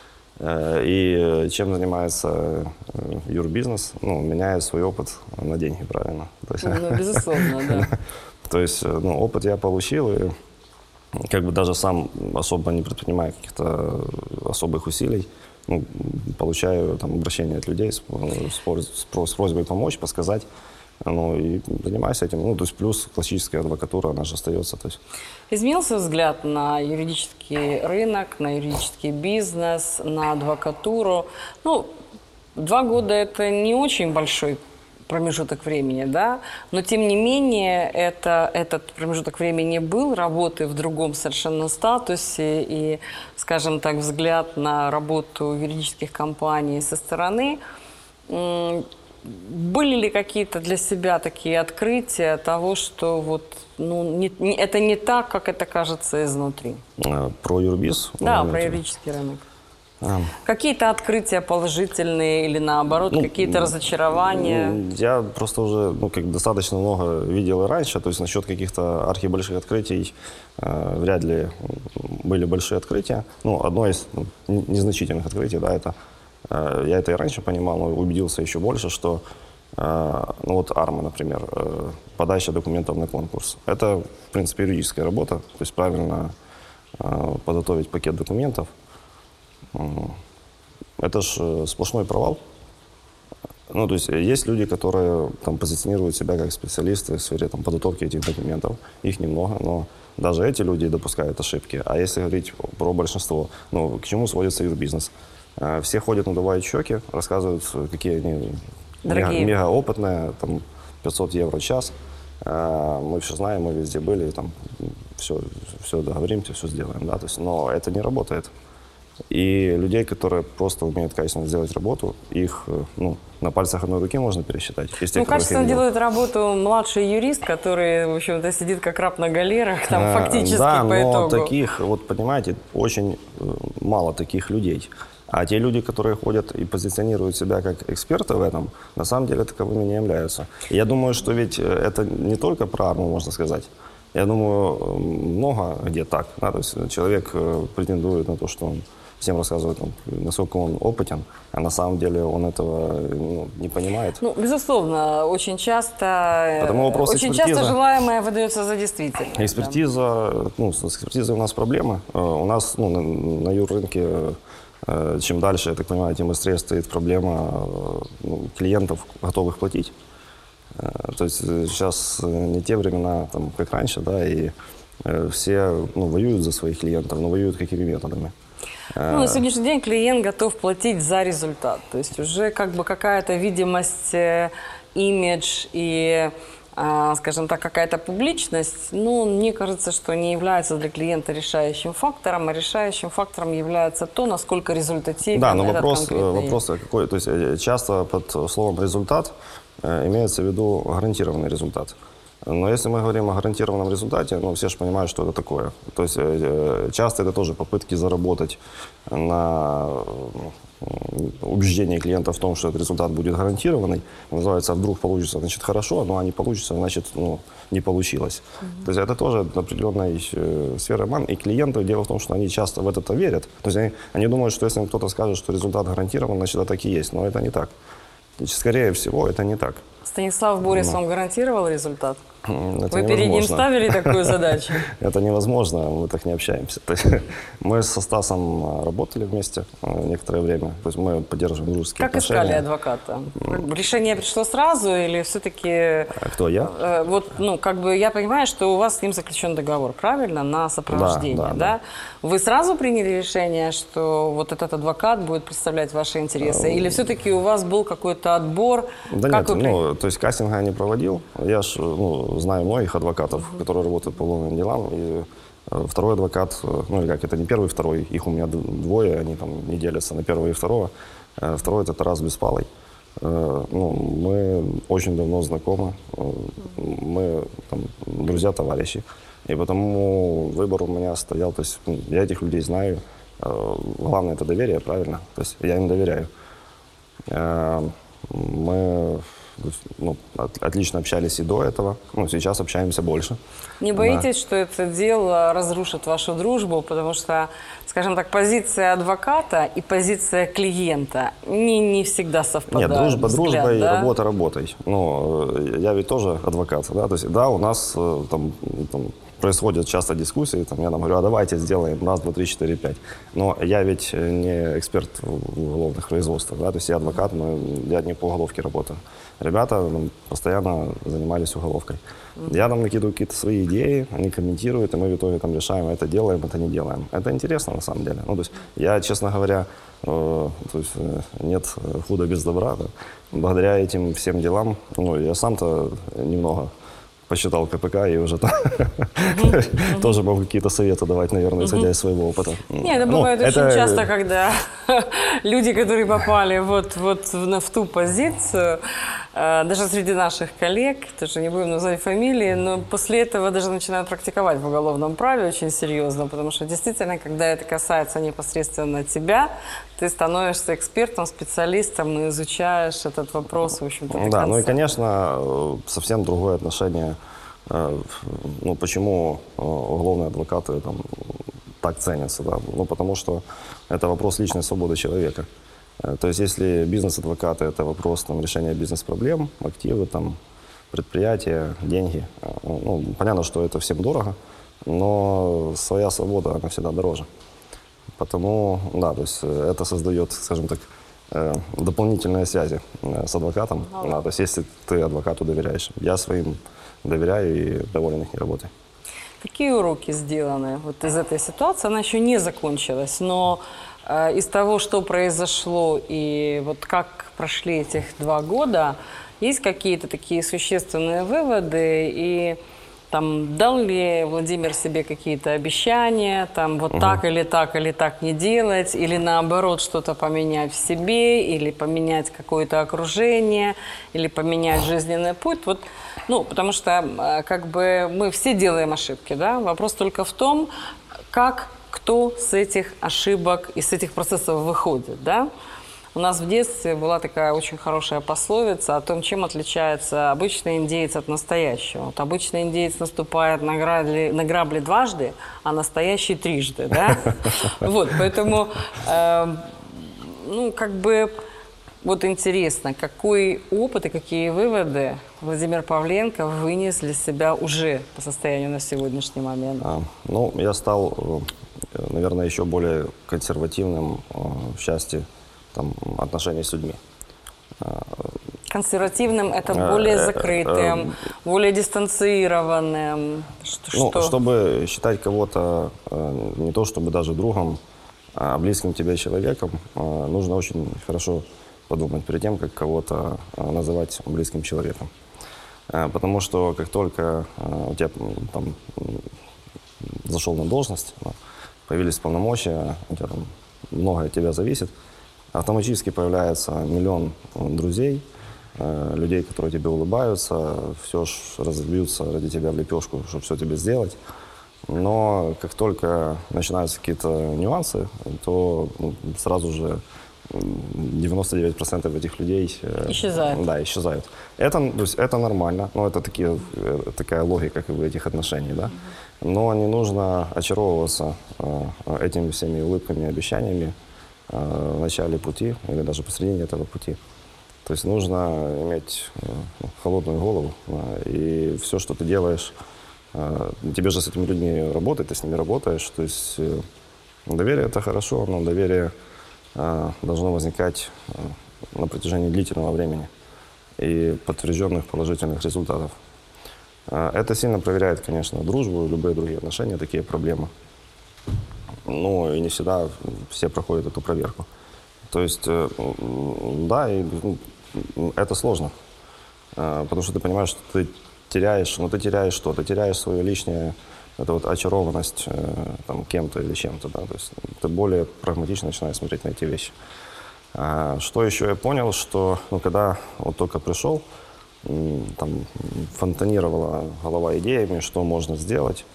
И чем занимается юрбизнес, ну, меняет свой опыт на деньги, правильно? То есть, ну, безусловно, да. То есть, ну, опыт я получил, и как бы даже сам особо не предпринимая каких-то особых усилий, ну, получаю там обращение от людей с, с, с просьбой помочь, подсказать, ну, и занимаюсь этим. Ну, то есть плюс классическая адвокатура, она же остается. То есть. Изменился взгляд на юридический рынок, на юридический бизнес, на адвокатуру. Ну, два года – это не очень большой промежуток времени, да, но тем не менее это, этот промежуток времени был, работы в другом совершенно статусе и, скажем так, взгляд на работу юридических компаний со стороны. Были ли какие-то для себя такие открытия того, что вот, ну, не, не, это не так, как это кажется изнутри? Про юрбиз? Да, про юридический рынок. А. Какие-то открытия положительные или наоборот, ну, какие-то разочарования? Я просто уже ну, как достаточно много видел и раньше, то есть насчет каких-то архибольших открытий э, вряд ли были большие открытия. Ну, одно из ну, незначительных открытий, да, это э, я это и раньше понимал, но убедился еще больше, что э, ну вот АРМА, например, э, подача документов на конкурс. Это, в принципе, юридическая работа, то есть правильно э, подготовить пакет документов. Это же сплошной провал. Ну, то есть есть люди, которые там, позиционируют себя как специалисты в сфере там, подготовки этих документов. Их немного, но даже эти люди допускают ошибки. А если говорить про большинство, ну, к чему сводится юрбизнес? Все ходят, надувают щеки, рассказывают, какие они мега, мега опытные, там, пятьсот евро в час. Мы все знаем, мы везде были, там, все, все договоримся, все сделаем. Да? То есть, но это не работает. И людей, которые просто умеют качественно сделать работу, их ну, на пальцах одной руки можно пересчитать. Тех, ну, качественно делает работу младший юрист, который, в общем-то, сидит как раб на галерах, там, а, фактически да, по но итогу. таких, вот понимаете, очень мало таких людей. А те люди, которые ходят и позиционируют себя как эксперты в этом, на самом деле таковыми не являются. И я думаю, что ведь это не только про арму, можно сказать. Я думаю, много где так. Да? То есть человек претендует на то, что он всем рассказывает, насколько он опытен, а на самом деле он этого ну, не понимает. Ну, безусловно, очень часто, Потому вопрос очень экспертиза. часто желаемое выдается за действительное. Экспертиза, да. ну, с экспертизой у нас проблемы. У нас ну, на, на юррынке, чем дальше, я так понимаю, тем быстрее стоит проблема ну, клиентов, готовых платить. То есть сейчас не те времена, там, как раньше, да, и все ну, воюют за своих клиентов, но воюют какими методами? Ну, на сегодняшний день клиент готов платить за результат. То есть уже как бы какая-то видимость, имидж и, скажем так, какая-то публичность, ну, мне кажется, что не является для клиента решающим фактором, а решающим фактором является то, насколько результативен да, но этот вопрос, вопрос есть. какой, то есть часто под словом «результат» имеется в виду гарантированный результат. Но если мы говорим о гарантированном результате, ну, все же понимают, что это такое. То есть э, часто это тоже попытки заработать на э, убеждении клиента в том, что этот результат будет гарантированный. Называется, а вдруг получится, значит, хорошо, но а не получится, значит, ну, не получилось. Mm-hmm. То есть это тоже определенная э, сфера обмана. И клиенты, дело в том, что они часто в это верят. То есть они, они думают, что если им кто-то скажет, что результат гарантирован, значит, это так и есть. Но это не так. Скорее всего, это не так. Станислав Борис Но. вам гарантировал результат? Это Вы перед ним ставили такую задачу? Это невозможно, мы так не общаемся. Мы со Стасом работали вместе некоторое время, то есть мы поддерживаем дружеские как отношения. Как искали адвоката? Решение пришло сразу или все-таки... Кто, я? Вот, ну, как бы я понимаю, что у вас с ним заключен договор, правильно, на сопровождение, да? Да, да, да? да. Вы сразу приняли решение, что вот этот адвокат будет представлять ваши интересы? Или все-таки у вас был какой-то отбор? Да как нет, вы... ну, то есть кастинга я не проводил. Я ж, ну, знаю многих адвокатов, uh-huh. которые работают по уголовным делам. И э, второй адвокат, э, ну или как, это не первый, второй, их у меня двое, они там не делятся на первого и второго. Э, второй — это Тарас Беспалый. Э, ну, мы очень давно знакомы, э, мы там, друзья-товарищи. И потому выбор у меня стоял, то есть ну, я этих людей знаю. Э, главное — это доверие, правильно? То есть я им доверяю. Э, мы... Ну, от, отлично общались и до этого, ну, сейчас общаемся больше. Не боитесь, да. что это дело разрушит вашу дружбу, потому что, скажем так, позиция адвоката и позиция клиента не, не всегда совпадают? Нет, дружба взгляд, дружбой, да? работа работой. Ну, я ведь тоже адвокат, да, то есть, да, у нас там, там происходят часто дискуссии, там, я нам говорю, а давайте сделаем раз, два, три, четыре, пять. Но я ведь не эксперт в уголовных производствах, да, то есть я адвокат, но я не по уголовке работаю. Ребята ну, постоянно занимались уголовкой. Mm-hmm. Я там накидываю какие-то свои идеи, они комментируют, и мы в итоге там решаем, это делаем, это не делаем. Это интересно на самом деле. Ну, то есть я, честно говоря, э, то есть, э, нет худа без добра. Да. Благодаря этим всем делам, ну, я сам-то немного посчитал КПК и уже там тоже могу какие-то советы давать, наверное, исходя из своего опыта. Нет, это бывает очень часто, когда люди, которые попали вот в ту позицию, даже среди наших коллег, тоже не будем называть фамилии, но после этого даже начинают практиковать в уголовном праве очень серьезно, потому что действительно, когда это касается непосредственно тебя, ты становишься экспертом, специалистом и изучаешь этот вопрос, в общем-то, до Да, конца. ну и, конечно, совсем другое отношение. Ну, почему уголовные адвокаты там так ценятся, да? Ну, потому что это вопрос личной свободы человека. То есть, если бизнес-адвокаты — это вопрос там, решения бизнес-проблем, активы, там, предприятия, деньги. Ну, понятно, что это всем дорого, но своя свобода, она всегда дороже. Потому, да, то есть это создает, скажем так, дополнительные связи с адвокатом. Ага. Да, то есть если ты адвокату доверяешь. Я своим доверяю и доволен их работой. Какие уроки сделаны вот из этой ситуации? Она еще не закончилась, но э, из того, что произошло и вот как прошли этих два года, есть какие-то такие существенные выводы? И там, дал ли Владимир себе какие-то обещания, там, вот угу. так или так, или так не делать, или наоборот что-то поменять в себе, или поменять какое-то окружение, или поменять жизненный путь? Вот, ну, потому что как бы мы все делаем ошибки, да? Вопрос только в том, как кто с этих ошибок и с этих процессов выходит, да? У нас в детстве была такая очень хорошая пословица о том, чем отличается обычный индеец от настоящего. Вот обычный индеец наступает на грабли, на грабли дважды, а настоящий трижды, да? Вот, поэтому, э, ну, как бы, вот интересно, какой опыт и какие выводы Владимир Павленко вынес для себя уже по состоянию на сегодняшний момент? А, ну, я стал, наверное, еще более консервативным в части там, отношений с людьми. Консервативным – это более закрытым, более дистанцированным? Что, ну, что? Чтобы считать кого-то не то чтобы даже другом, а близким тебе человеком, нужно очень хорошо подумать перед тем, как кого-то называть близким человеком. Потому что как только у тебя там, зашел на должность, появились полномочия, у тебя там многое от тебя зависит, автоматически появляется миллион друзей, э, людей, которые тебе улыбаются, все ж разобьются ради тебя в лепешку, чтобы все тебе сделать. Но как только начинаются какие-то нюансы, то ну, сразу же девяносто девять процентов этих людей э, исчезают. Да, исчезают. Это, то есть, это нормально, но это такие, такая логика как бы, этих отношений. Да? Но не нужно очаровываться э, этими всеми улыбками, обещаниями в начале пути или даже посредине этого пути. То есть нужно иметь э, холодную голову, э, и все, что ты делаешь, э, тебе же с этими людьми работать, ты с ними работаешь. То есть э, доверие – это хорошо, но доверие э, должно возникать э, на протяжении длительного времени и подтвержденных положительных результатов. Э, это сильно проверяет, конечно, дружбу, любые другие отношения, такие проблемы. Ну, и не всегда все проходят эту проверку. То есть, э, да, и, ну, это сложно, э, потому что ты понимаешь, что ты теряешь, ну, ты теряешь что? Ты теряешь свою лишнюю, это вот очарованность э, там, кем-то или чем-то, да, то есть ты более прагматично начинаешь смотреть на эти вещи. А, что еще я понял, что, ну, когда вот только пришел, там фонтанировала голова идеями, что можно сделать,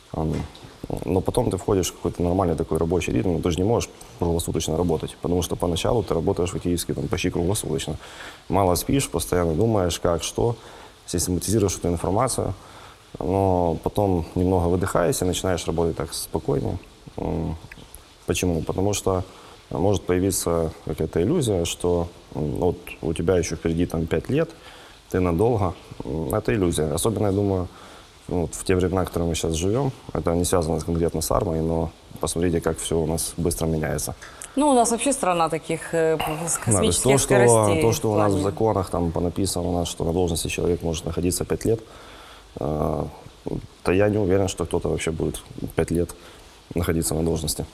но потом ты входишь в какой-то нормальный такой рабочий ритм, но ты же не можешь круглосуточно работать, потому что поначалу ты работаешь фактически там, почти круглосуточно. Мало спишь, постоянно думаешь, как, что, систематизируешь эту информацию, но потом немного выдыхаешься, начинаешь работать так спокойнее. Почему? Потому что может появиться какая-то иллюзия, что вот у тебя еще впереди там пять лет, ты надолго. Это иллюзия. Особенно, я думаю, вот в те времена, в которые мы сейчас живем, это не связано конкретно с армией, но посмотрите, как все у нас быстро меняется. Ну, у нас вообще страна таких э, космических да, то, что, скоростей. То, что у нас в законах там понаписано, у нас, что на должности человек может находиться пять лет, э, то я не уверен, что кто-то вообще будет пять лет находиться на должности.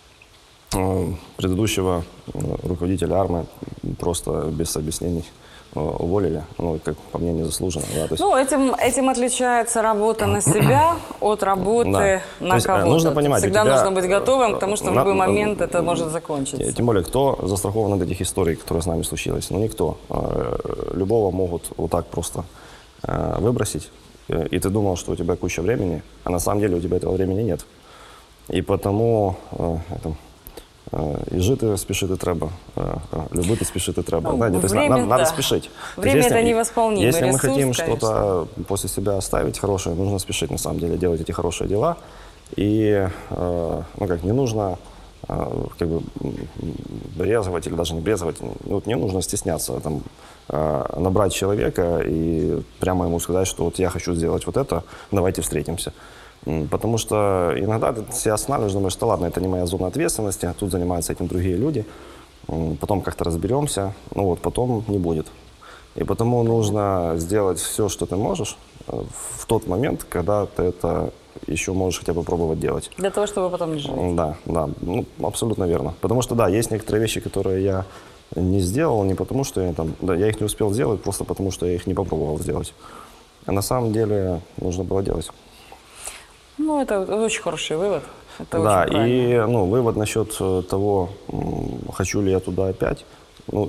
Э, предыдущего руководителя армии просто без объяснений уволили, ну, как по мне, незаслуженно. Да, то есть... Ну, этим, этим отличается работа на себя от работы да. на кого-то. Нужно понимать, всегда тебя... нужно быть готовым к тому, что в на... любой момент это может закончиться. Тем более, кто застрахован от этих историй, которые с нами случились? Ну, никто. Любого могут вот так просто выбросить, и ты думал, что у тебя куча времени, а на самом деле у тебя этого времени нет. И потому... Это... І жити спішити треба, любити спішити треба. Ну, да, то есть время, надо, надо да. спешить. Время есть, это если, невосполнимый если ресурс, мы хотим конечно. что-то после себя оставить хорошее, нужно спешить на самом деле, делать эти хорошие дела. И ну, как, не нужно как бы, брезговать или даже не брезговать. Вот, не нужно стесняться там, набрать человека и прямо ему сказать, что вот я хочу сделать вот это, давайте встретимся. Потому что иногда ты себя останавливаешь, думаешь, что ладно, это не моя зона ответственности, тут занимаются этим другие люди, потом как-то разберемся, ну вот потом не будет. И потому нужно сделать все, что ты можешь в тот момент, когда ты это еще можешь хотя бы пробовать делать. Для того, чтобы потом не жить. Да, да, ну, абсолютно верно. Потому что, да, есть некоторые вещи, которые я не сделал, не потому что я там, да, я их не успел сделать, просто потому что я их не попробовал сделать. А на самом деле нужно было делать. Ну, это очень хороший вывод. Это да, очень и ну, вывод насчет того, хочу ли я туда опять. Ну,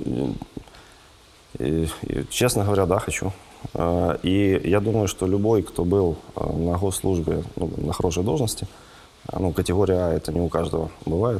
и, и, честно говоря, да, хочу. И я думаю, что любой, кто был на госслужбе, ну, на хорошей должности, ну, категория А это не у каждого бывает,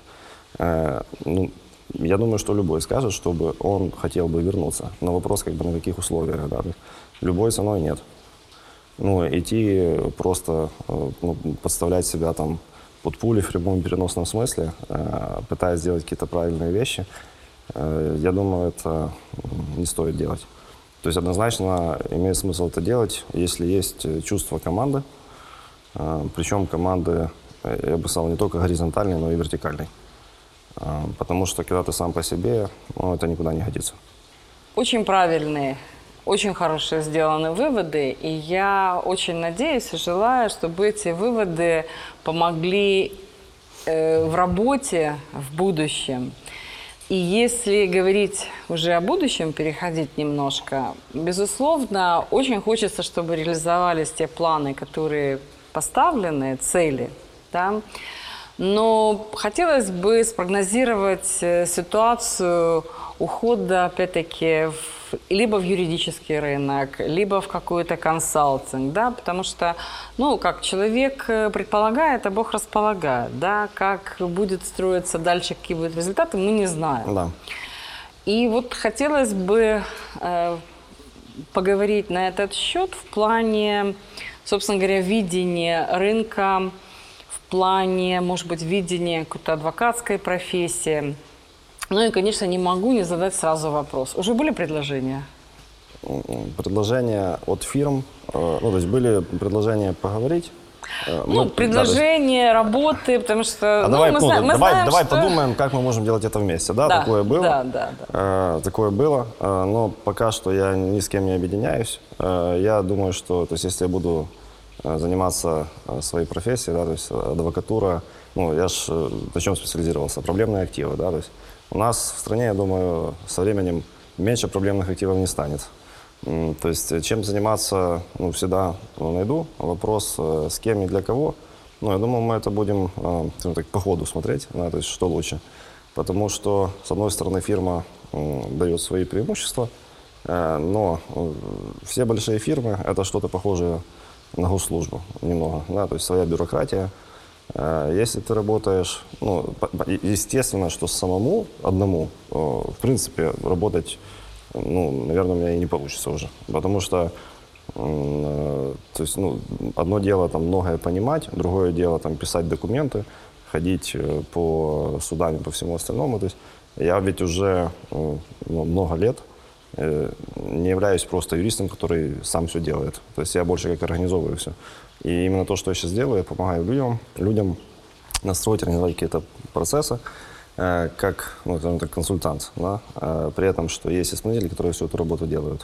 ну, я думаю, что любой скажет, чтобы он хотел бы вернуться. Но вопрос, как бы, на каких условиях, да, любой ценой нет. Ну, идти просто, ну, подставлять себя там под пули в любом переносном смысле, пытаясь сделать какие-то правильные вещи, я думаю, это не стоит делать. То есть однозначно имеет смысл это делать, если есть чувство команды, причем команды, я бы сказал, не только горизонтальной, но и вертикальной. Потому что когда ты сам по себе, ну, это никуда не годится. Очень правильные. Очень хорошие сделаны выводы, и я очень надеюсь и желаю, чтобы эти выводы помогли э, в работе в будущем. И если говорить уже о будущем, переходить немножко, безусловно, очень хочется, чтобы реализовались те планы, которые поставлены, цели, да? Но хотелось бы спрогнозировать ситуацию ухода, опять-таки, в либо в юридический рынок, либо в какой-то консалтинг, да, потому что, ну, как человек предполагает, а Бог располагает, да, как будет строиться дальше, какие будут результаты, мы не знаем. Да. И вот хотелось бы э, поговорить на этот счет в плане, собственно говоря, видения рынка, в плане, может быть, видения какой-то адвокатской профессии. Ну и, конечно, не могу не задать сразу вопрос. Уже были предложения? Предложения от фирм, э, ну, то есть были предложения поговорить. Э, Ну, мы- предложения, да, работы, потому что А ну, давай, мы, ну, зна- мы давай, знаем, давай что... подумаем, как мы можем делать это вместе. Да, Да, такое было. да, да, да. Э, такое было, э, но пока что я ни с кем не объединяюсь. Э, я думаю, что, то есть, если я буду э, заниматься э, своей профессией, да, то есть адвокатура, ну, я ж э, на чем специализировался? Проблемные активы, да, то есть у нас в стране, я думаю, со временем меньше проблемных активов не станет. М, То есть чем заниматься, ну, всегда найду. Вопрос, э, с кем и для кого. Ну, я думаю, мы это будем, э, скажем так, по ходу смотреть, да, то есть что лучше. Потому что, с одной стороны, фирма м, дает свои преимущества, э, но э, все большие фирмы – это что-то похожее на госслужбу немного, да, то есть своя бюрократия. Э, Если ты работаешь, ну, по- по- естественно, что самому одному, э, в принципе, работать, ну, наверное, у меня и не получится уже. Потому что, м, э, то есть, ну, одно дело там многое понимать, другое дело там писать документы, ходить э, по судам и по всему остальному. То есть я ведь уже э, ну, много лет э, не являюсь просто юристом, который сам все делает. То есть я больше как организовываю все. И именно то, что я сейчас делаю, я помогаю людям, людям настроить, организовать какие-то процессы, э, как, ну, скажем так, консультант, да, э, при этом, что есть исполнители, которые всю эту работу делают.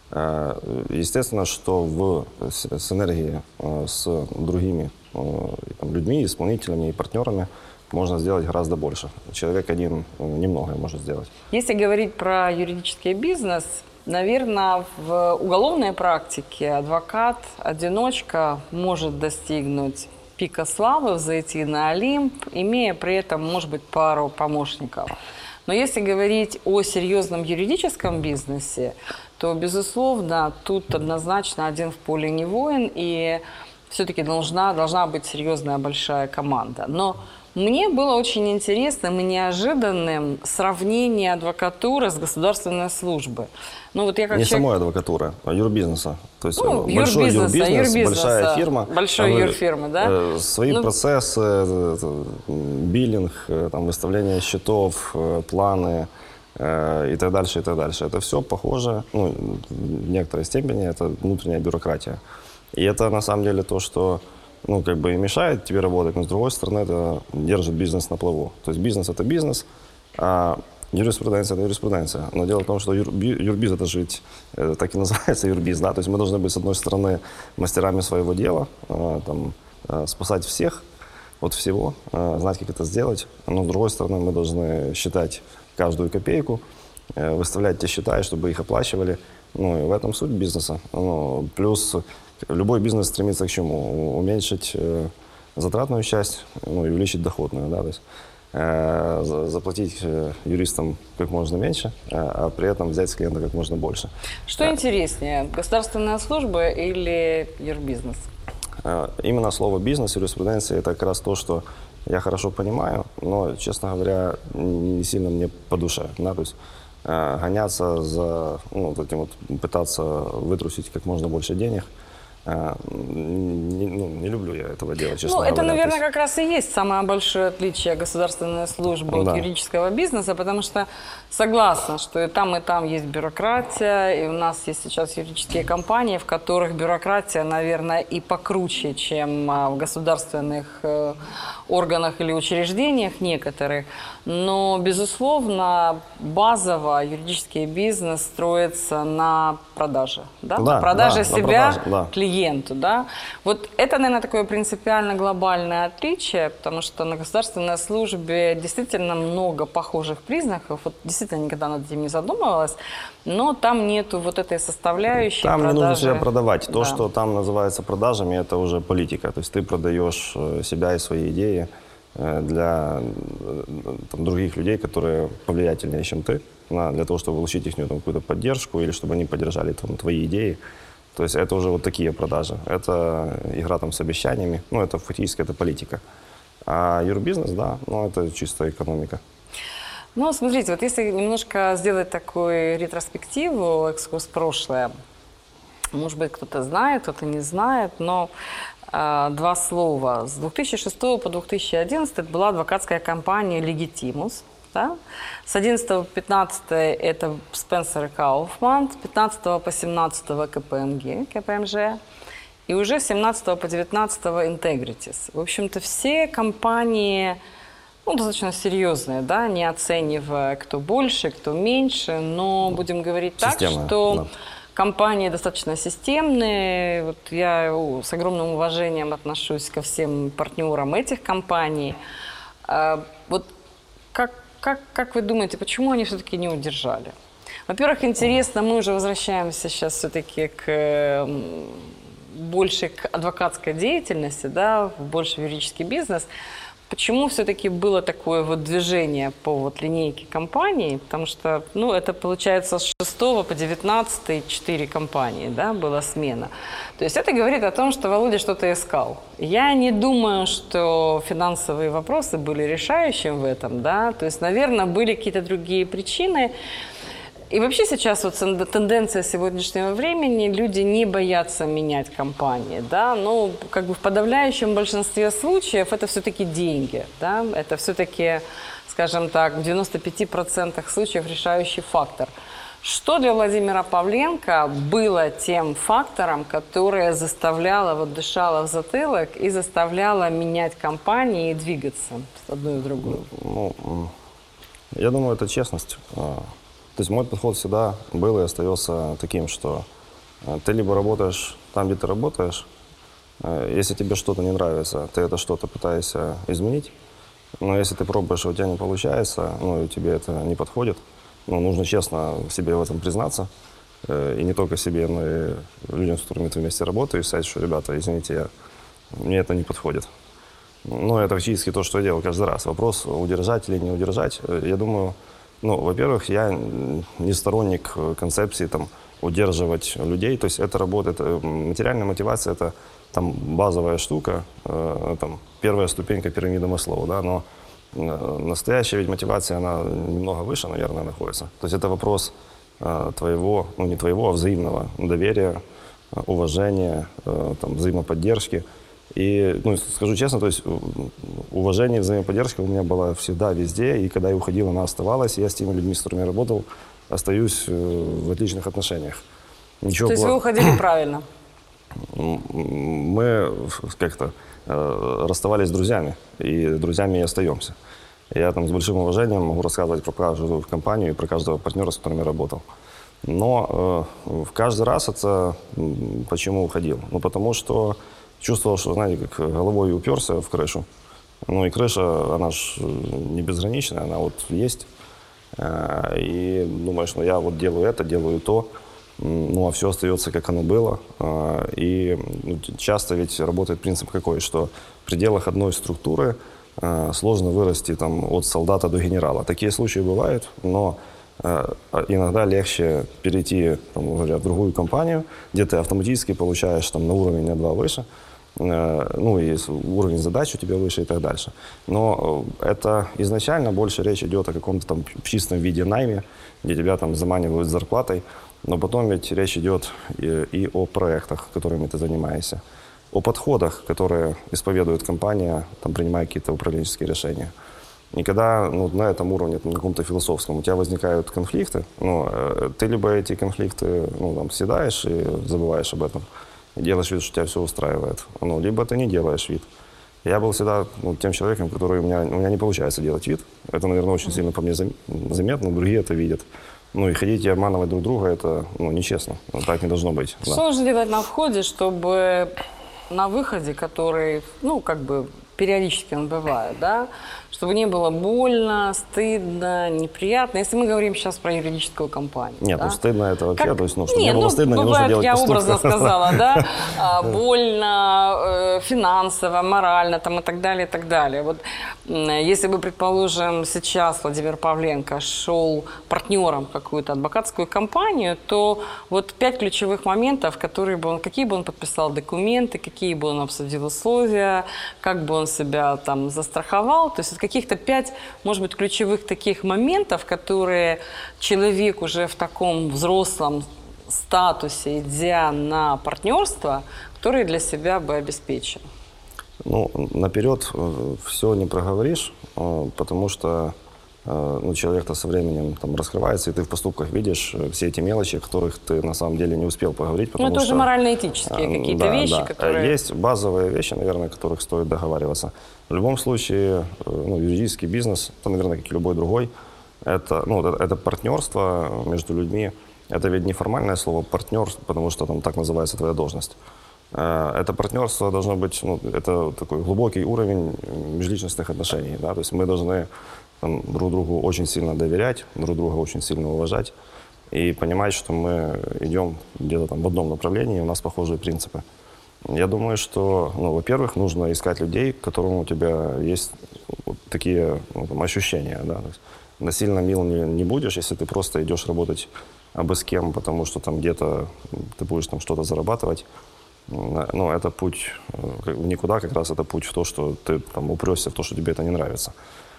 Э, Естественно, что в с- синергии э, с другими э, и там, людьми, исполнителями и партнерами можно сделать гораздо больше. Человек один э, немногое может сделать. Если говорить про юридический бизнес, наверное, в уголовной практике адвокат, одиночка может достигнуть пика славы, взойти на Олимп, имея при этом, может быть, пару помощников. Но если говорить о серьезном юридическом бизнесе, то, безусловно, тут однозначно один в поле не воин, и все-таки должна, должна быть серьезная большая команда. Но мне было очень интересным и неожиданным сравнение адвокатуры с государственной службой. Ну, вот я как Не человек... самой адвокатуры, а юрбизнеса. То есть Ну, э, большой юрбизнеса, юрбизнес, юрбизнеса, большая фирма. большой там, э, юрфирмы, да? э, Свои Ну, процессы, э, э, биллинг, э, там, выставление счетов, э, планы э, и так дальше, и так дальше. Это все похоже, ну, в некоторой степени, это внутренняя бюрократия. И это на самом деле то, что, ну, как бы и мешает тебе работать, но с другой стороны, это держит бизнес на плаву. То есть бизнес – это бизнес, а юриспруденция – это юриспруденция. Но дело в том, что юр, юрбиз – это же ведь, э, так и называется юрбиз, да, то есть мы должны быть, с одной стороны, мастерами своего дела, э, там, э, спасать всех от всего, э, знать, как это сделать, но с другой стороны, мы должны считать каждую копейку, э, выставлять те счета, чтобы их оплачивали. Ну, и в этом суть бизнеса. Ну, плюс любой бизнес стремится к чему? Уменьшить э, затратную часть, ну, и увеличить доходную, да, то есть э, за- заплатить э, юристам как можно меньше, э, а при этом взять с клиента как можно больше. Что интереснее, государственная служба или юрбизнес? Э, Именно слово «бизнес», юриспруденция – это как раз то, что я хорошо понимаю, но, честно говоря, не сильно мне по душе. Да? То есть э, гоняться за, ну, вот этим вот, пытаться вытрусить как можно больше денег – э, не, ну, не люблю я этого делать, честно Ну, говоря. это, То наверное, есть, как раз и есть самое большое отличие государственной службы Да. от юридического бизнеса, потому что согласна, что и там, и там есть бюрократия, и у нас есть сейчас юридические компании, в которых бюрократия, наверное, и покруче, чем а, в государственных э, органах или учреждениях некоторых. Но, безусловно, базово юридический бизнес строится на продаже, да? Да, на продаже да, на себя продаже, да. клиенту, да. Вот это, наверное, такое принципиально глобальное отличие, потому что на государственной службе действительно много похожих признаков. Вот действительно никогда над этим не задумывалась, но там нету вот этой составляющей Там продажи. не нужно себя продавать. То, Да. что там называется продажами, это уже политика. То есть ты продаешь э, себя и свои идеи э, для э, там, других людей, которые повлиятельнее, чем ты, на- для того, чтобы получить их там, какую-то поддержку или чтобы они поддержали там, твои идеи. То есть это уже вот такие продажи. Это игра там с обещаниями. Ну, это фактически это политика. А юрбизнес, да, ну, это чисто экономика. Ну, смотрите, вот если немножко сделать такую ретроспективу, экскурс в прошлое, может быть, кто-то знает, кто-то не знает, но э, два слова. С две тысячи шестого по две тысячи одиннадцатый это была адвокатская компания «Легитимус», Да? С одиннадцатого по пятнадцатое это Спенсер и Кауфман, с пятнадцатого по семнадцатое КПМГ, КПМЖ, и уже с семнадцатого по девятнадцатое Интегритис. В общем-то, все компании, ну, достаточно серьезные, да, не оценивая, кто больше, кто меньше, но будем говорить так, Системная, что да. компании достаточно системные. Вот я с огромным уважением отношусь ко всем партнерам этих компаний. А, вот как, как, как вы думаете, почему они все-таки не удержали? Во-первых, интересно, мы уже возвращаемся сейчас все-таки к больше к адвокатской деятельности, да, в больше юридический бизнес. Почему все-таки было такое вот движение по вот линейке компаний? Потому что, ну, это получается с шестого по девятнадцатый четыре компании, да, была смена. То есть это говорит о том, что Володя что-то искал. Я не думаю, что финансовые вопросы были решающим в этом, да. То есть, наверное, были какие-то другие причины. И вообще сейчас вот тенденция сегодняшнего времени, люди не боятся менять компании, да, но как бы в подавляющем большинстве случаев это все-таки деньги, да, это все-таки, скажем так, в девяноста пяти процентах случаев решающий фактор. Что для Владимира Павленко было тем фактором, которое заставляло, вот дышало в затылок и заставляло менять компании и двигаться с одной в другую? Ну, я думаю, это честность. То есть мой подход всегда был и остается таким, что ты либо работаешь там, где ты работаешь, если тебе что-то не нравится, ты это что-то пытаешься изменить, но если ты пробуешь, и у тебя не получается, ну и тебе это не подходит, ну, нужно честно себе в этом признаться, и не только себе, но и людям, с которыми ты вместе работаешь, сказать, что, ребята, извините, я, мне это не подходит. Ну, это фактически то, что я делал каждый раз. Вопрос, удержать или не удержать, я думаю... Ну, во-первых, я не сторонник концепции там, удерживать людей. То есть это работает, материальная мотивация – это там, базовая штука, э, там, первая ступенька пирамиды Маслоу, да, но э, настоящая ведь мотивация, она немного выше, наверное, находится. То есть это вопрос э, твоего, ну не твоего, а взаимного доверия, уважения, э, там, взаимоподдержки. И, ну, скажу честно, то есть уважение и взаимоподдержка у меня была всегда, везде. И когда я уходил, она оставалась. И я с теми людьми, с которыми я работал, остаюсь в отличных отношениях. Ничего то есть было... вы уходили правильно? Мы как-то э, расставались с друзьями. И друзьями и остаемся. Я там с большим уважением могу рассказывать про каждую компанию и про каждого партнера, с которым я работал. Но э, в каждый раз это... Почему уходил? Ну, потому что... Чувствовал, что, знаете, как головой уперся в крышу. Ну и крыша, она ж не безграничная, она вот есть. И думаешь, ну я вот делаю это, делаю то, ну а все остается, как оно было. И часто ведь работает принцип какой, что в пределах одной структуры сложно вырасти там, от солдата до генерала. Такие случаи бывают, но иногда легче перейти там, говоря, в другую компанию, где ты автоматически получаешь там, на уровень на два выше, ну и уровень задач у тебя выше и так дальше. Но это изначально больше речь идет о каком-то там чистом виде найме, где тебя там заманивают с зарплатой, но потом ведь речь идет и, и о проектах, которыми ты занимаешься, о подходах, которые исповедует компания, там, принимая какие-то управленческие решения. И когда ну, на этом уровне, на каком-то философском, у тебя возникают конфликты, ну, ты либо эти конфликты ну, там, съедаешь и забываешь об этом, и делаешь вид, что тебя все устраивает, ну, либо ты не делаешь вид. Я был всегда ну, тем человеком, который у меня, у меня не получается делать вид. Это, наверное, очень сильно по мне заметно, другие это видят. Ну и ходить и обманывать друг друга, это ну, нечестно, так не должно быть. Что да. нужно делать на входе, чтобы на выходе, который, ну, как бы, периодически он бывает, да, чтобы не было больно, стыдно, неприятно. Если мы говорим сейчас про юридическую компанию. Нет, да? ну стыдно это вообще, как... то есть, ну, чтобы не, не было ну, стыдно, не бывает, нужно делать я поступка. образно сказала, да, а, больно, э, финансово, морально там, и так далее, и так далее. Вот если бы, предположим, сейчас Владимир Павленко шел партнером в какую-то адвокатскую компанию, то вот пять ключевых моментов, которые бы он, какие бы он подписал документы, какие бы он обсудил условия, как бы он себя там застраховал, то есть каких-то пять, может быть, ключевых таких моментов, которые человек уже в таком взрослом статусе, идя на партнерство, которые для себя бы обеспечил. Ну, наперед все не проговоришь, потому что э, ну, человек-то со временем там раскрывается, и ты в поступках видишь э, все эти мелочи, о которых ты на самом деле не успел поговорить. Ну, это что, уже морально-этические э, какие-то да, вещи, да. которые... Есть базовые вещи, наверное, о которых стоит договариваться. В любом случае, э, ну, юридический бизнес, это, наверное, как и любой другой, это, ну, это, это партнерство между людьми. Это ведь не формальное слово «партнер», потому что там так называется твоя должность. Это партнерство должно быть, ну, это такой глубокий уровень межличностных отношений. Да? То есть мы должны там, друг другу очень сильно доверять, друг друга очень сильно уважать и понимать, что мы идем где-то там в одном направлении, у нас похожие принципы. Я думаю, что, ну, во-первых, нужно искать людей, к которым у тебя есть вот такие, ну, там, ощущения. Да? То есть насильно мил не, не будешь, если ты просто идешь работать абы с кем, потому что там где-то ты будешь там что-то зарабатывать. Ну, это путь в никуда, как раз это путь в то, что ты там упрешься в то, что тебе это не нравится.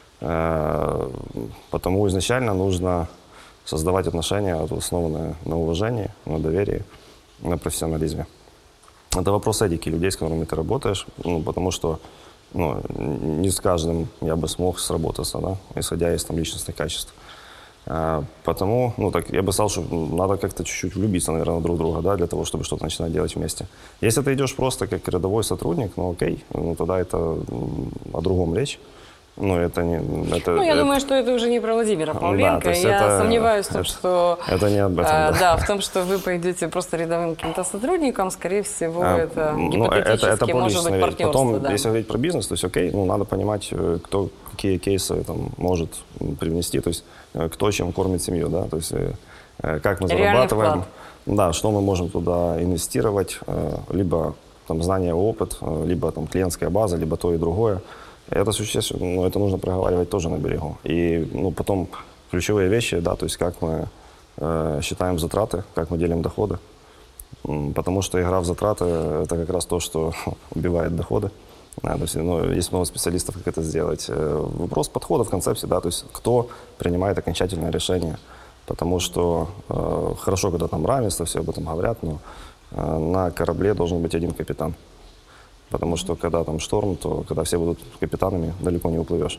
Потому изначально нужно создавать отношения, основанные на уважении, на доверии, на профессионализме. Это вопрос этики людей, с которыми ты работаешь, ну, потому что ну, не с каждым я бы смог сработаться, да, исходя из там, личностных качеств. А, потому, ну, так, я бы сказал, что надо как-то чуть-чуть влюбиться, наверное, друг в друга, да, для того, чтобы что-то начинать делать вместе. Если ты идешь просто как рядовой сотрудник, ну, окей, ну, тогда это о другом речь. Ну, это не... Это, ну, я это... думаю, что это уже не про Владимира Павленко. Да, я это, сомневаюсь в том, это, что... Это не об этом, а, да. Да, в том, что вы пойдете просто рядовым каким-то сотрудником, скорее всего, а, это ну, гипотетически это, это может быть партнерство. Потом, да. если говорить про бизнес, то есть, окей, ну, надо понимать, кто какие кейсы там, может привнести, то есть, кто чем кормит семью, да, то есть, как мы зарабатываем, да, что мы можем туда инвестировать, либо там знания, опыт, либо там клиентская база, либо то и другое. Это существенно, ну, это нужно проговаривать тоже на берегу. И ну, потом ключевые вещи, да, то есть как мы э, считаем затраты, как мы делим доходы. Потому что игра в затраты – это как раз то, что убивает доходы. Да, то есть, ну, есть много специалистов, как это сделать. Вопрос подхода в концепции, да, то есть кто принимает окончательное решение. Потому что э, хорошо, когда там равенство, все об этом говорят, но э, на корабле должен быть один капитан. Потому что когда там шторм, то когда все будут капитанами, далеко не уплывешь.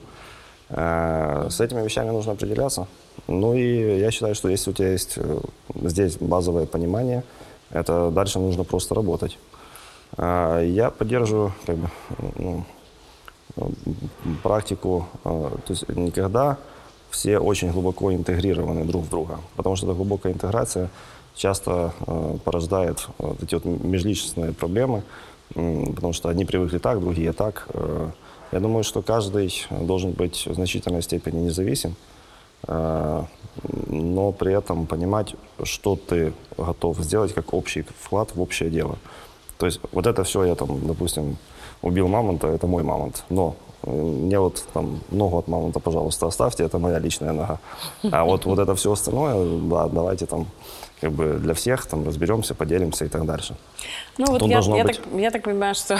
С этими вещами нужно определяться. Ну и я считаю, что если у тебя есть здесь базовое понимание, это дальше нужно просто работать. Я поддерживаю как бы, ну, практику, то есть никогда все очень глубоко интегрированы друг в друга. Потому что эта глубокая интеграция часто порождает вот эти вот межличностные проблемы. Потому что одни привыкли так, другие так. Я думаю, что каждый должен быть в значительной степени независим, но при этом понимать, что ты готов сделать как общий вклад в общее дело. То есть вот это все, я там, допустим, убил мамонта, это мой мамонт, но мне вот там ногу от мамонта, пожалуйста, оставьте, это моя личная нога. А вот, вот это все остальное, да, давайте там как бы для всех там разберемся, поделимся и так дальше. Ну вот я, я, так, я так понимаю, что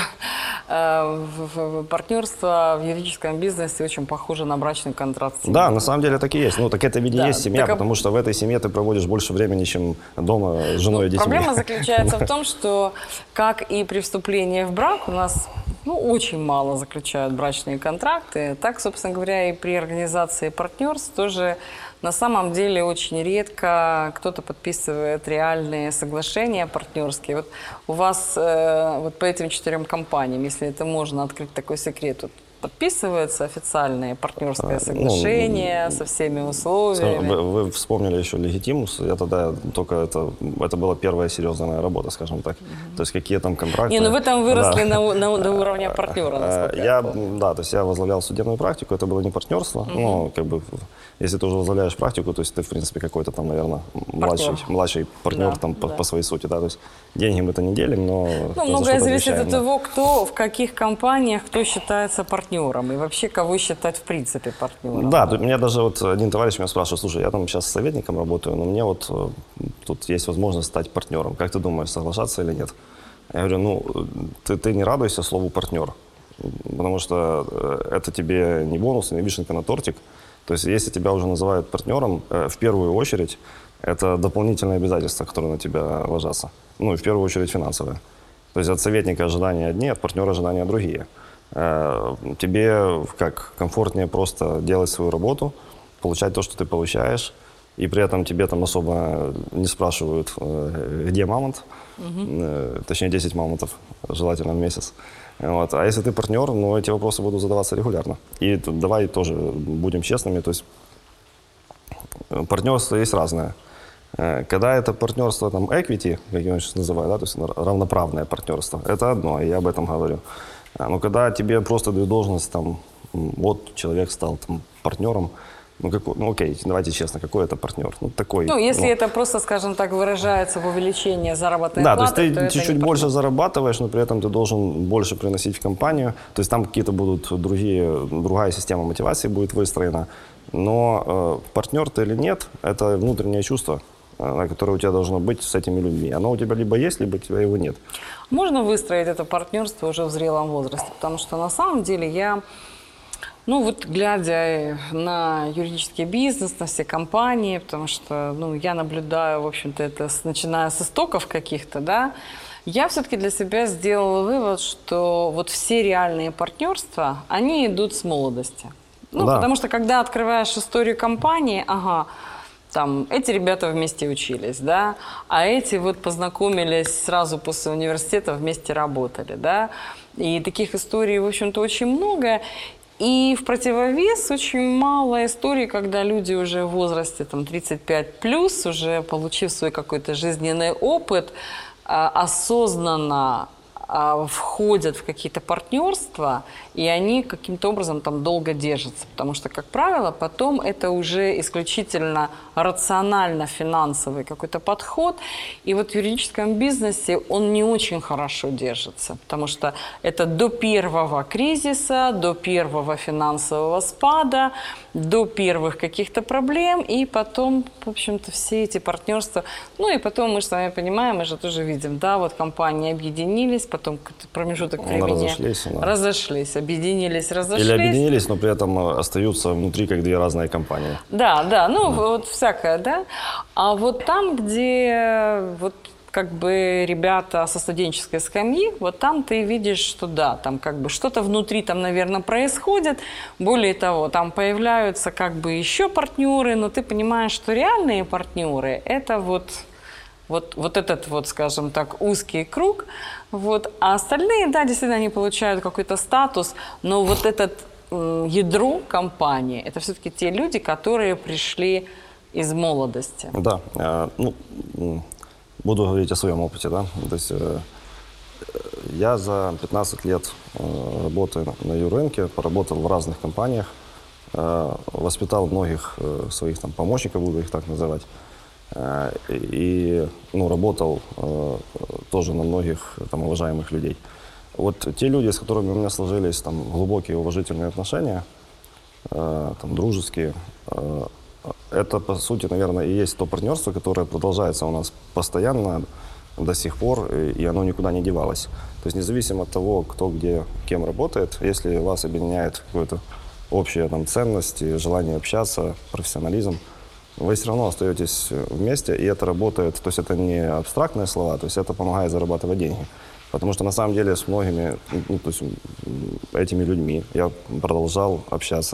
э, в, в партнерство в юридическом бизнесе очень похоже на брачный контракт. Да, на самом деле так и есть. Ну так это ведь и да, есть семья, так, потому что в этой семье ты проводишь больше времени, чем дома с женой ну, и детьми. Проблема заключается в том, что как и при вступлении в брак у нас ну, очень мало заключают брачные контракты, так, собственно говоря, и при организации партнерств тоже на самом деле очень редко кто-то подписывает реальные соглашения партнерские. Вот у вас э, вот по этим четырем компаниям, если это можно открыть такой секрет, вот, подписывается официальное партнерское соглашение ну, со всеми условиями? Вы, вы вспомнили еще легитимус. Я тогда только это, это была первая серьезная моя работа, скажем так. Mm-hmm. То есть какие там контракты. Не, ну вы там выросли да. на, на, до уровня партнера, насколько я, я Да, то есть я возглавлял судебную практику, это было не партнерство. Mm-hmm. Но как бы, если ты уже возглавляешь практику, то есть ты, в принципе, какой-то там, наверное, младший, младший партнер да, там, да. По, по своей сути. Да? То есть деньги мы-то не делим, но... Ну, многое зависит от того, кто, в каких компаниях, кто считается партнером. И вообще, кого считать в принципе партнером. Да, тут меня даже вот один товарищ меня спрашивает, слушай, я там сейчас советником работаю, но мне вот тут есть возможность стать партнером. Как ты думаешь, соглашаться или нет? Я говорю, ну, ты, ты не радуйся слову партнер, потому что это тебе не бонус, не вишенка на тортик. То есть, если тебя уже называют партнером, в первую очередь, это дополнительные обязательства, которые на тебя ложатся. Ну, и в первую очередь финансовые. То есть, от советника ожидания одни, от партнера ожидания другие. Тебе как комфортнее просто делать свою работу, получать то, что ты получаешь, и при этом тебе там особо не спрашивают, где мамонт, угу. точнее десять мамонтов, желательно в месяц. Вот. А если ты партнер, ну, эти вопросы будут задаваться регулярно. И давай тоже будем честными, то есть партнерство есть разное. Когда это партнерство, там, equity, как его сейчас называют, да, то есть равноправное партнерство, это одно, и я об этом говорю. Но когда тебе просто дают должность, там, вот человек стал там, партнером, ну, какой, ну, окей, давайте честно, какой это партнер? Ну, такой. Ну, если ну, это просто, скажем так, выражается в увеличении заработной да, платы, то есть то ты это чуть-чуть не больше партнер. зарабатываешь, но при этом ты должен больше приносить в компанию. То есть там какие-то будут другие, другая система мотивации будет выстроена. Но э, партнер ты или нет, это внутреннее чувство, э, которое у тебя должно быть с этими людьми. Оно у тебя либо есть, либо у тебя его нет. Можно выстроить это партнерство уже в зрелом возрасте, потому что на самом деле я... Ну вот глядя на юридический бизнес, на все компании, потому что ну, я наблюдаю, в общем-то, это с, начиная с истоков каких-то, да, я все-таки для себя сделала вывод, что вот все реальные партнерства, они идут с молодости. Ну, да. Потому что когда открываешь историю компании, ага, там, эти ребята вместе учились, да, а эти вот познакомились сразу после университета, вместе работали, да, и таких историй, в общем-то, очень много. И в противовес очень мало историй, когда люди уже в возрасте там, тридцать пять плюс, уже получив свой какой-то жизненный опыт, осознанно входят в какие-то партнерства, и они каким-то образом там долго держатся. Потому что, как правило, потом это уже исключительно рационально-финансовый какой-то подход. И вот в юридическом бизнесе он не очень хорошо держится, потому что это до первого кризиса, до первого финансового спада, до первых каких-то проблем, и потом, в общем-то, все эти партнерства. Ну и потом мы же с вами понимаем, мы же тоже видим, да, вот компании объединились, потом промежуток времени разошлись, да. разошлись, объединились, разошлись. Или объединились, но при этом остаются внутри как две разные компании. Да, да, ну да. Вот всякое, да. А вот там, где вот как бы ребята со студенческой скамьи, вот там ты видишь, что да, там как бы что-то внутри там, наверное, происходит. Более того, там появляются как бы еще партнеры, но ты понимаешь, что реальные партнеры – это вот, вот, вот этот вот, скажем так, узкий круг. Вот. А остальные, да, действительно, они получают какой-то статус, но вот этот м, ядро компании – это все-таки те люди, которые пришли из молодости. Да, э, ну… Буду говорить о своем опыте, да. То есть э, я за пятнадцать лет э, работы на юррынке, поработал в разных компаниях, э, воспитал многих э, своих там помощников, буду их так называть, э, и ну, работал э, тоже на многих там уважаемых людей. Вот те люди, с которыми у меня сложились там глубокие уважительные отношения, э, там дружеские, э, это, по сути, наверное, и есть то партнерство, которое продолжается у нас постоянно до сих пор, и оно никуда не девалось. То есть независимо от того, кто где, кем работает, если вас объединяет какая-то общая там, ценность, желание общаться, профессионализм, вы все равно остаетесь вместе, и это работает. То есть это не абстрактные слова, то есть это помогает зарабатывать деньги. Потому что на самом деле с многими ну, то есть, этими людьми я продолжал общаться,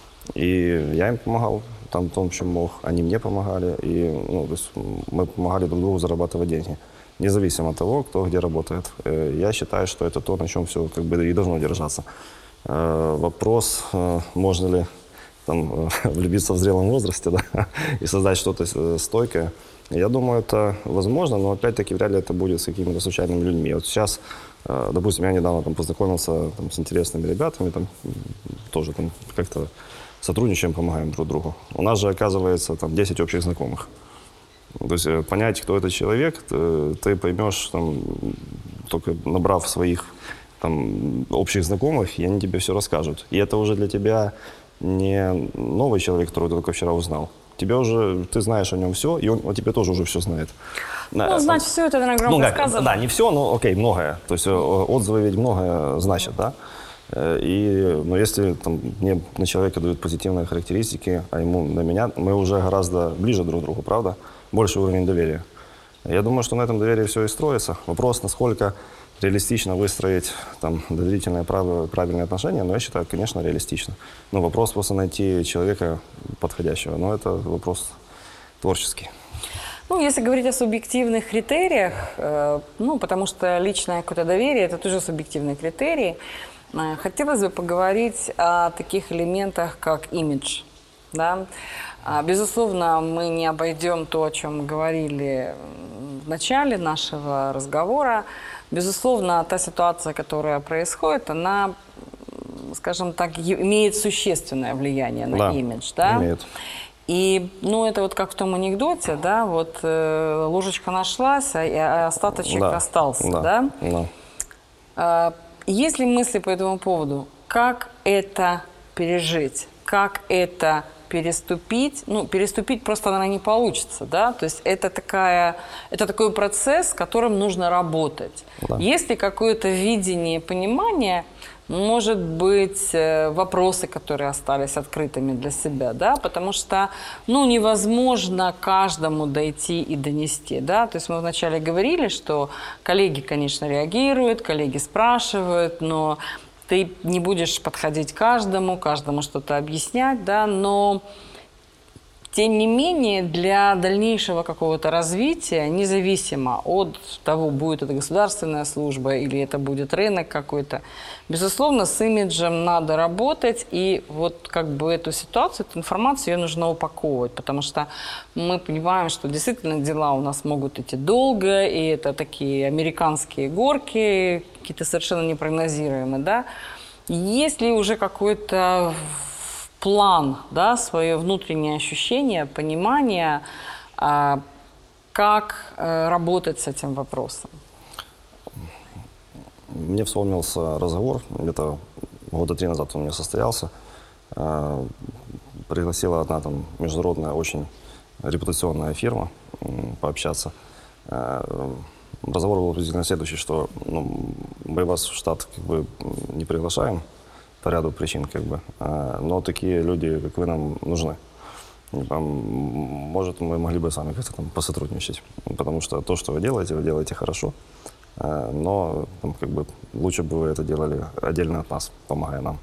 и я им помогал. Там, в том, чем мог, они мне помогали, и ну, то есть мы помогали друг другу зарабатывать деньги, независимо от того, кто где работает. Я считаю, что это то, на чем все как бы и должно держаться. Вопрос, можно ли там, влюбиться в зрелом возрасте, да, и создать что-то стойкое, я думаю, это возможно, но опять-таки вряд ли это будет с какими-то случайными людьми. Вот сейчас, допустим, я недавно там, познакомился там, с интересными ребятами, там, тоже там, как-то сотрудничаем, помогаем друг другу. У нас же, оказывается, там десять общих знакомых. То есть понять, кто этот человек, ты, ты поймешь, там, только набрав своих там, общих знакомых, и они тебе все расскажут. И это уже для тебя не новый человек, которого ты только вчера узнал. Тебе уже, ты знаешь о нем все, и он о тебе тоже уже все знает. Ну, знать все, это, наверное, громко ну, сказано. Да, не все, но окей, многое. То есть отзывы ведь многое значат, да? И, но если там, мне на человека дают позитивные характеристики, а ему на меня, мы уже гораздо ближе друг к другу, правда? Больше уровень доверия. Я думаю, что на этом доверии все и строится. Вопрос, насколько реалистично выстроить там доверительные, прав- правильные отношения, но я считаю, конечно, реалистично. Но вопрос просто найти человека подходящего, но это вопрос творческий. Ну, если говорить о субъективных критериях, э, ну, потому что личное какое-то доверие – это тоже субъективный критерий, э, хотелось бы поговорить о таких элементах, как имидж. Да? А, безусловно, мы не обойдем то, о чем мы говорили в начале нашего разговора. Безусловно, та ситуация, которая происходит, она, скажем так, имеет существенное влияние на Да, имидж. Да? Имеет. И, ну, это вот как в том анекдоте, да, вот э, ложечка нашлась, а, а остаточек Да, остался, да? да, да. А, есть ли мысли по этому поводу? Как это пережить? Как это переступить? Ну, переступить просто, наверное, не получится, да? То есть это, такая, это такой процесс, с которым нужно работать. Да. Есть ли какое-то видение, понимание, может быть, вопросы, которые остались открытыми для себя, да, потому что, ну, невозможно каждому дойти и донести, да, то есть мы вначале говорили, что коллеги, конечно, реагируют, коллеги спрашивают, но ты не будешь подходить каждому, каждому что-то объяснять, да, но тем не менее, для дальнейшего какого-то развития, независимо от того, будет это государственная служба или это будет рынок какой-то, безусловно, с имиджем надо работать, и вот как бы эту ситуацию, эту информацию, ее нужно упаковывать, потому что мы понимаем, что действительно дела у нас могут идти долго, и это такие американские горки, какие-то совершенно непрогнозируемые, да. Есть ли уже какой-то план, да, свое внутреннее ощущение, понимание, а, как а, работать с этим вопросом? Мне вспомнился разговор, где-то года три назад он у меня состоялся. А, пригласила одна там международная, очень репутационная фирма м, пообщаться. А, разговор был приблизительно следующий, что ну, мы вас в штат как бы не приглашаем, по ряду причин, как бы. Но такие люди, как вы, нам нужны. Может, мы могли бы с вами как-то там посотрудничать. Потому что то, что вы делаете, вы делаете хорошо. Но там, как бы, лучше бы вы это делали отдельно от нас, помогая нам.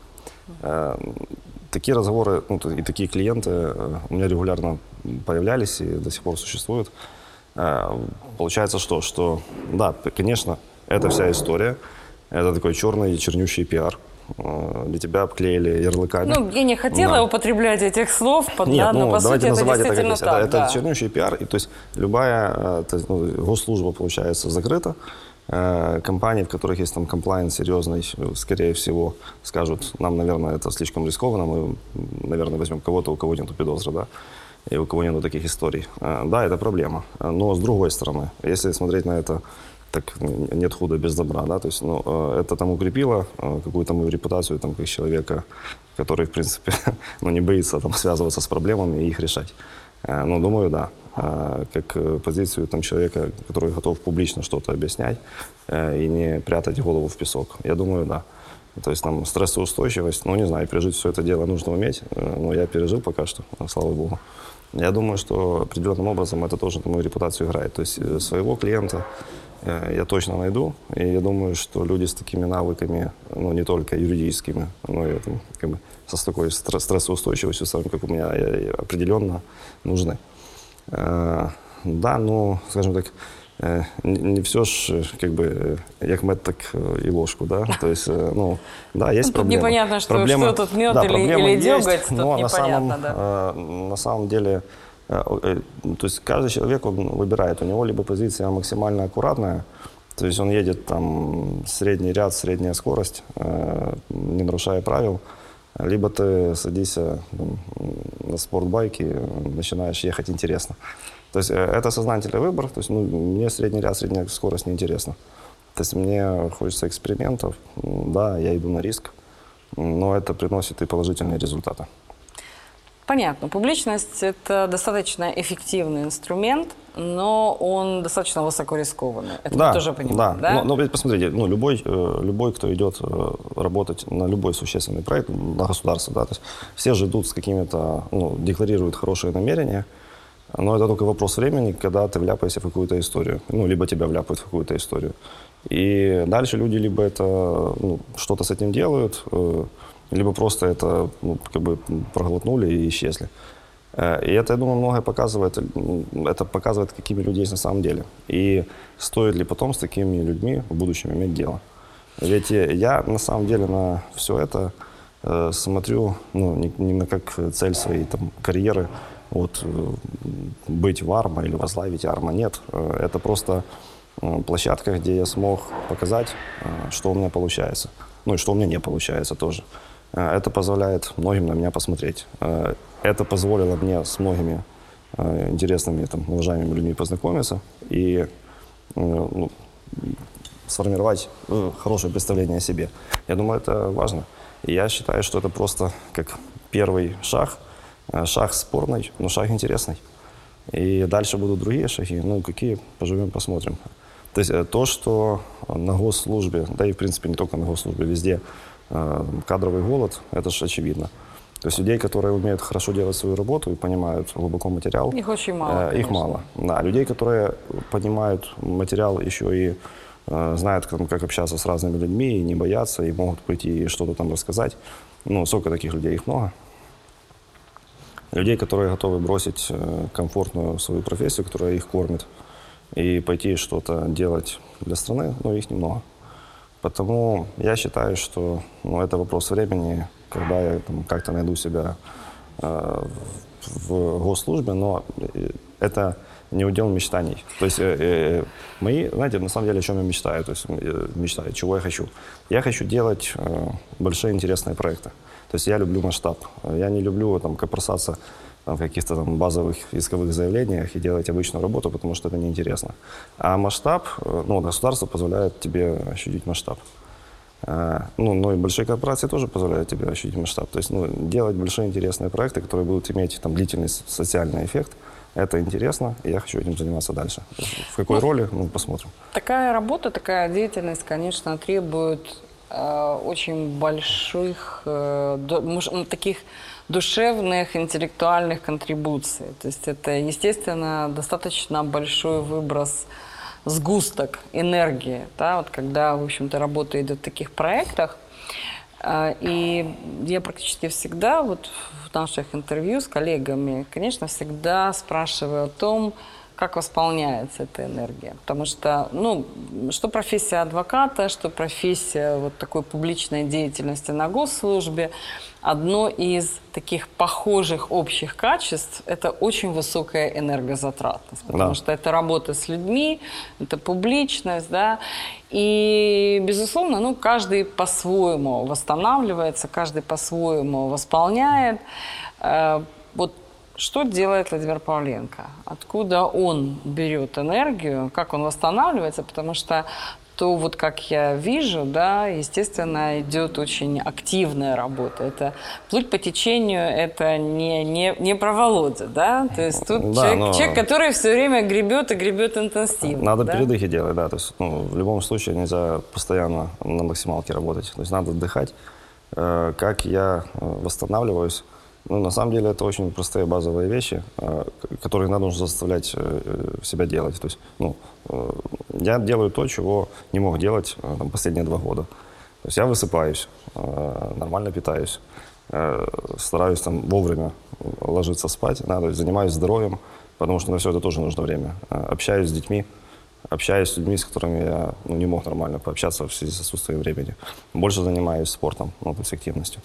Такие разговоры, ну, и такие клиенты у меня регулярно появлялись и до сих пор существуют. Получается что? Что, да, конечно, это вся история. Это такой черный, чернющий пиар. Для тебя обклеили ярлыками. Ну, я не хотела да. употреблять этих слов, под, Нет, да, но ну, по давайте сути это называть действительно это как так. есть. Да. Это, это чернющий пиар. И, то есть любая то есть, ну, госслужба, получается, закрыта. Э, компании, в которых есть там комплайнс серьезный, скорее всего, скажут, нам, наверное, это слишком рискованно, мы, наверное, возьмем кого-то, у кого нету подозры, да, и у кого нету таких историй. Э, да, это проблема. Но с другой стороны, если смотреть на это, так нет худа без добра, да, то есть, ну, это там укрепило какую-то мою репутацию, там, как человека, который, в принципе, ну, не боится там связываться с проблемами и их решать. Ну, думаю, да, как позицию там человека, который готов публично что-то объяснять и не прятать голову в песок. Я думаю, да. То есть там стрессоустойчивость, ну, не знаю, пережить все это дело нужно уметь, но я пережил пока что, слава богу. Я думаю, что определенным образом это тоже на мою репутацию играет. То есть своего клиента я точно найду, и я думаю, что люди с такими навыками, ну, не только юридическими, но и там, как бы, со такой стрессоустойчивостью, сами, как у меня, определенно нужны. Да, ну, скажем так, не все ж, как бы, як мед, так и ложку, да, то есть, ну, да, есть ну, проблемы. Тут непонятно, что, проблемы, что тут мед да, или, или деготь, тут но непонятно, на самом, да. на самом деле, то есть каждый человек, он выбирает, у него либо позиция максимально аккуратная, то есть он едет там средний ряд, средняя скорость, не нарушая правил, либо ты садишься там, на спортбайк и начинаешь ехать интересно. То есть это сознательный выбор, то есть ну, мне средний ряд, средняя скорость неинтересна. То есть мне хочется экспериментов, да, я иду на риск, но это приносит и положительные результаты. Понятно. Публичность – это достаточно эффективный инструмент, но он достаточно высокорискованный. Это да, мы тоже понимаем, да? да? Но, но ведь посмотрите, ну, любой, любой, кто идет работать на любой существенный проект, на государство, да, то есть все же идут с какими-то, ну, декларируют хорошие намерения, но это только вопрос времени, когда ты вляпаешься в какую-то историю, ну, либо тебя вляпают в какую-то историю. И дальше люди либо это, ну, что-то с этим делают, э, либо просто это, ну, как бы проглотнули и исчезли. И это, я думаю, многое показывает, это показывает, какими люди есть на самом деле. И стоит ли потом с такими людьми в будущем иметь дело. Ведь я, на самом деле, на все это э, смотрю, ну, не, не на как цель своей там, карьеры, вот, э, быть в АРМА или возглавить АРМА. Нет, э, это просто э, площадка, где я смог показать, э, что у меня получается. Ну и что у меня не получается тоже. Э, это позволяет многим на меня посмотреть. Э, это позволило мне с многими э, интересными, там, уважаемыми людьми познакомиться и э, ну, сформировать э, хорошее представление о себе. Я думаю, это важно. И я считаю, что это просто как первый шаг. Э, шаг спорный, но шаг интересный. И дальше будут другие шаги. Ну, какие, поживем, посмотрим. То есть э, то, что на госслужбе, да и, в принципе, не только на госслужбе, везде э, кадровый голод, это же очевидно. То есть людей, которые умеют хорошо делать свою работу и понимают глубоко материал, их очень мало, э, их мало. Да, людей, которые понимают материал еще и э, знают, как, как общаться с разными людьми, и не боятся, и могут прийти и что-то там рассказать. Ну, сколько таких людей, их много. Людей, которые готовы бросить э, комфортную свою профессию, которая их кормит, и пойти что-то делать для страны, ну, их немного. Потому я считаю, что, ну, это вопрос времени, когда я там, как-то найду себя э, в госслужбе, но это не удел мечтаний. То есть э, э, мои, знаете, на самом деле, о чем я мечтаю, то есть э, мечтаю, чего я хочу. Я хочу делать э, большие интересные проекты. То есть я люблю масштаб. Я не люблю там копорсаться в каких-то там базовых исковых заявлениях и делать обычную работу, потому что это неинтересно. А масштаб, ну, государство позволяет тебе ощутить масштаб. Ну, но и большие корпорации тоже позволяют тебе ощутить масштаб. То есть, ну, делать большие интересные проекты, которые будут иметь там длительный социальный эффект, это интересно, и я хочу этим заниматься дальше. В какой ну, роли, ну, посмотрим. Такая работа, такая деятельность, конечно, требует э, очень больших, э, до, таких душевных, интеллектуальных контрибуций. То есть это, естественно, достаточно большой выброс, сгусток энергии, да, вот когда, в общем-то, работа идет в таких проектах. И я практически всегда вот в наших интервью с коллегами, конечно, всегда спрашиваю о том, как восполняется эта энергия. Потому что, ну, что профессия адвоката, что профессия вот такой публичной деятельности на госслужбе, одно из таких похожих общих качеств – это очень высокая энергозатратность. Потому да. что это работа с людьми, это публичность, да. И, безусловно, ну, каждый по-своему восстанавливается, каждый по-своему восполняет. Вот что делает Владимир Павленко? Откуда он берет энергию, как он восстанавливается? Потому что то, вот как я вижу, да, естественно, идет очень активная работа. Это плыть по течению, это не, не, не про Володю, да? То есть тут да, человек, человек, который все время гребет и гребет интенсивно. Надо да? передыхи делать, да. То есть, ну, в любом случае нельзя постоянно на максималке работать. То есть надо отдыхать. Как я восстанавливаюсь? Ну, на самом деле, это очень простые базовые вещи, которые надо уже заставлять себя делать. То есть, ну, я делаю то, чего не мог делать там, последние два года. То есть я высыпаюсь, нормально питаюсь, стараюсь там, вовремя ложиться спать, да, то есть занимаюсь здоровьем, потому что на все это тоже нужно время. Общаюсь с детьми, общаюсь с людьми, с которыми я ну, не мог нормально пообщаться в связи с отсутствием времени. Больше занимаюсь спортом, ну, то есть активностью.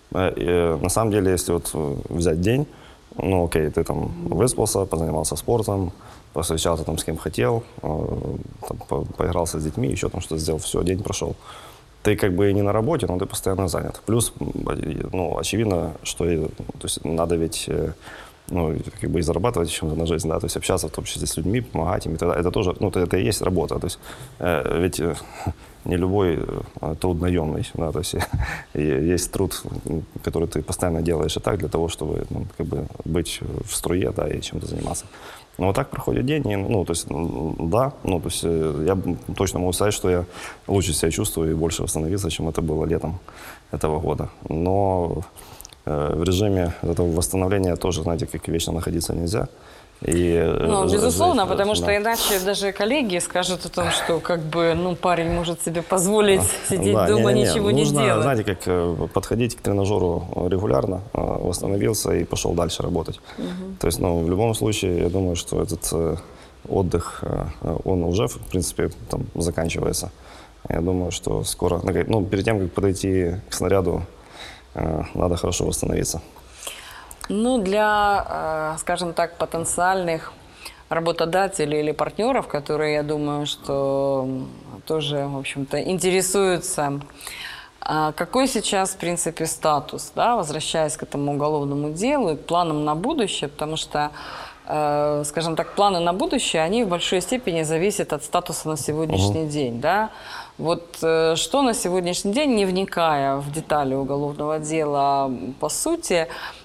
И, на самом деле, если вот взять день, ну окей, ты там выспался, позанимался спортом, посвящался там с кем хотел, там, по поигрался с детьми, еще там что-то сделал, все, день прошел. Ты как бы и не на работе, но ты постоянно занят. Плюс, ну, очевидно, что то есть, надо ведь ну, как бы и зарабатывать чем-то на жизнь, да, то есть общаться в том числе с людьми, помогать им, это, это тоже, ну, это, это и есть работа, то есть э, ведь э, не любой э, труд наемный, да, то есть и, есть труд, который ты постоянно делаешь и так для того, чтобы, ну, как бы быть в струе, да, и чем-то заниматься. Но вот так проходит день, и, ну, то есть, да, ну, то есть я точно могу сказать, что я лучше себя чувствую и больше восстановиться, чем это было летом этого года, но в режиме этого восстановления тоже, знаете, как вечно находиться нельзя. И, ну, безусловно, жизнь, потому да. что иначе даже коллеги скажут о том, что как бы, ну, парень может себе позволить сидеть да, дома, не, не, не. ничего Нужно, не делать. знаете, как э, подходить к тренажеру регулярно, э, восстановился и пошел дальше работать. Угу. То есть, ну, в любом случае, я думаю, что этот э, отдых, э, он уже, в принципе, там, заканчивается. Я думаю, что скоро, ну, перед тем, как подойти к снаряду, э, надо хорошо восстановиться. Ну, для, скажем так, потенциальных работодателей или партнеров, которые, я думаю, что тоже, в общем-то, интересуются, какой сейчас, в принципе, статус, да, возвращаясь к этому уголовному делу и к планам на будущее, потому что, скажем так, планы на будущее, они в большой степени зависят от статуса на сегодняшний угу. день, да. Вот что на сегодняшний день, не вникая в детали уголовного дела, по сути,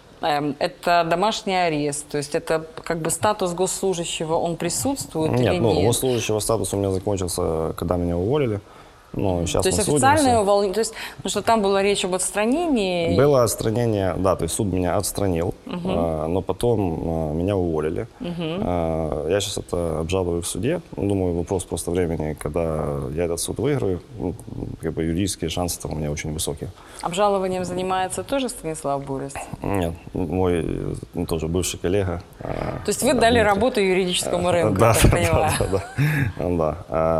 это домашний арест, то есть это как бы статус госслужащего, он присутствует нет, или ну, нет? Госслужащего статус у меня закончился, когда меня уволили. Ну, сейчас то есть официальное увольнение, то есть, ну, что там была речь об отстранении? Было отстранение, да, то есть суд меня отстранил, угу. а, но потом а, меня уволили. Угу. А, я сейчас это обжалую в суде. Думаю, вопрос просто времени, когда я этот суд выиграю, ну, как бы юридические шансы там у меня очень высокие. Обжалованием занимается тоже Станислав Бурес? Нет, мой ну, тоже бывший коллега. То есть вы да, дали Дмитрий. Работу юридическому рынку, да, я так да, понимаю? Да, да, да. да.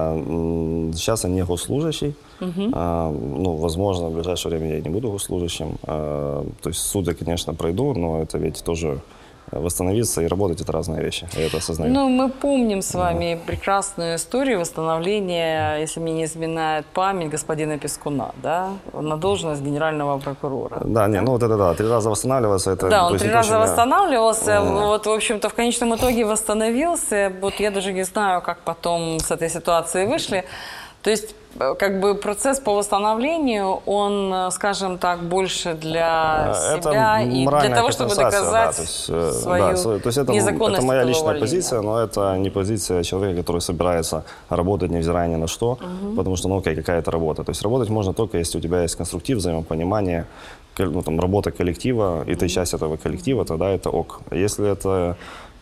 А, сейчас я не госслужащий. Uh-huh. а, ну, возможно, в ближайшее время я не буду госслужащим. А, то есть суды, конечно, пройду, но это ведь тоже восстановиться и работать – это разные вещи. Я это осознаю. Ну, мы помним с вами uh-huh. прекрасную историю восстановления, если мне не изменяет память, господина Пескуна, да, на должность генерального прокурора. Да, не, ну вот это да, три раза восстанавливался. Это, да, он три раза очень... восстанавливался, uh-huh. вот, в общем-то, в конечном итоге восстановился. Вот я даже не знаю, как потом с этой ситуации вышли. То есть, как бы процесс по восстановлению, он, скажем так, больше для это себя и для того, чтобы доказать да, то есть, свою да, то есть это, незаконность. Это моя личная увольнения. Позиция, но это не позиция человека, который собирается работать, невзирая ни на что, угу. потому что, ну, окей, какая-то работа. То есть работать можно только, если у тебя есть конструктив, взаимопонимание, ну, там, работа коллектива, и ты часть этого коллектива, тогда это ок. Если это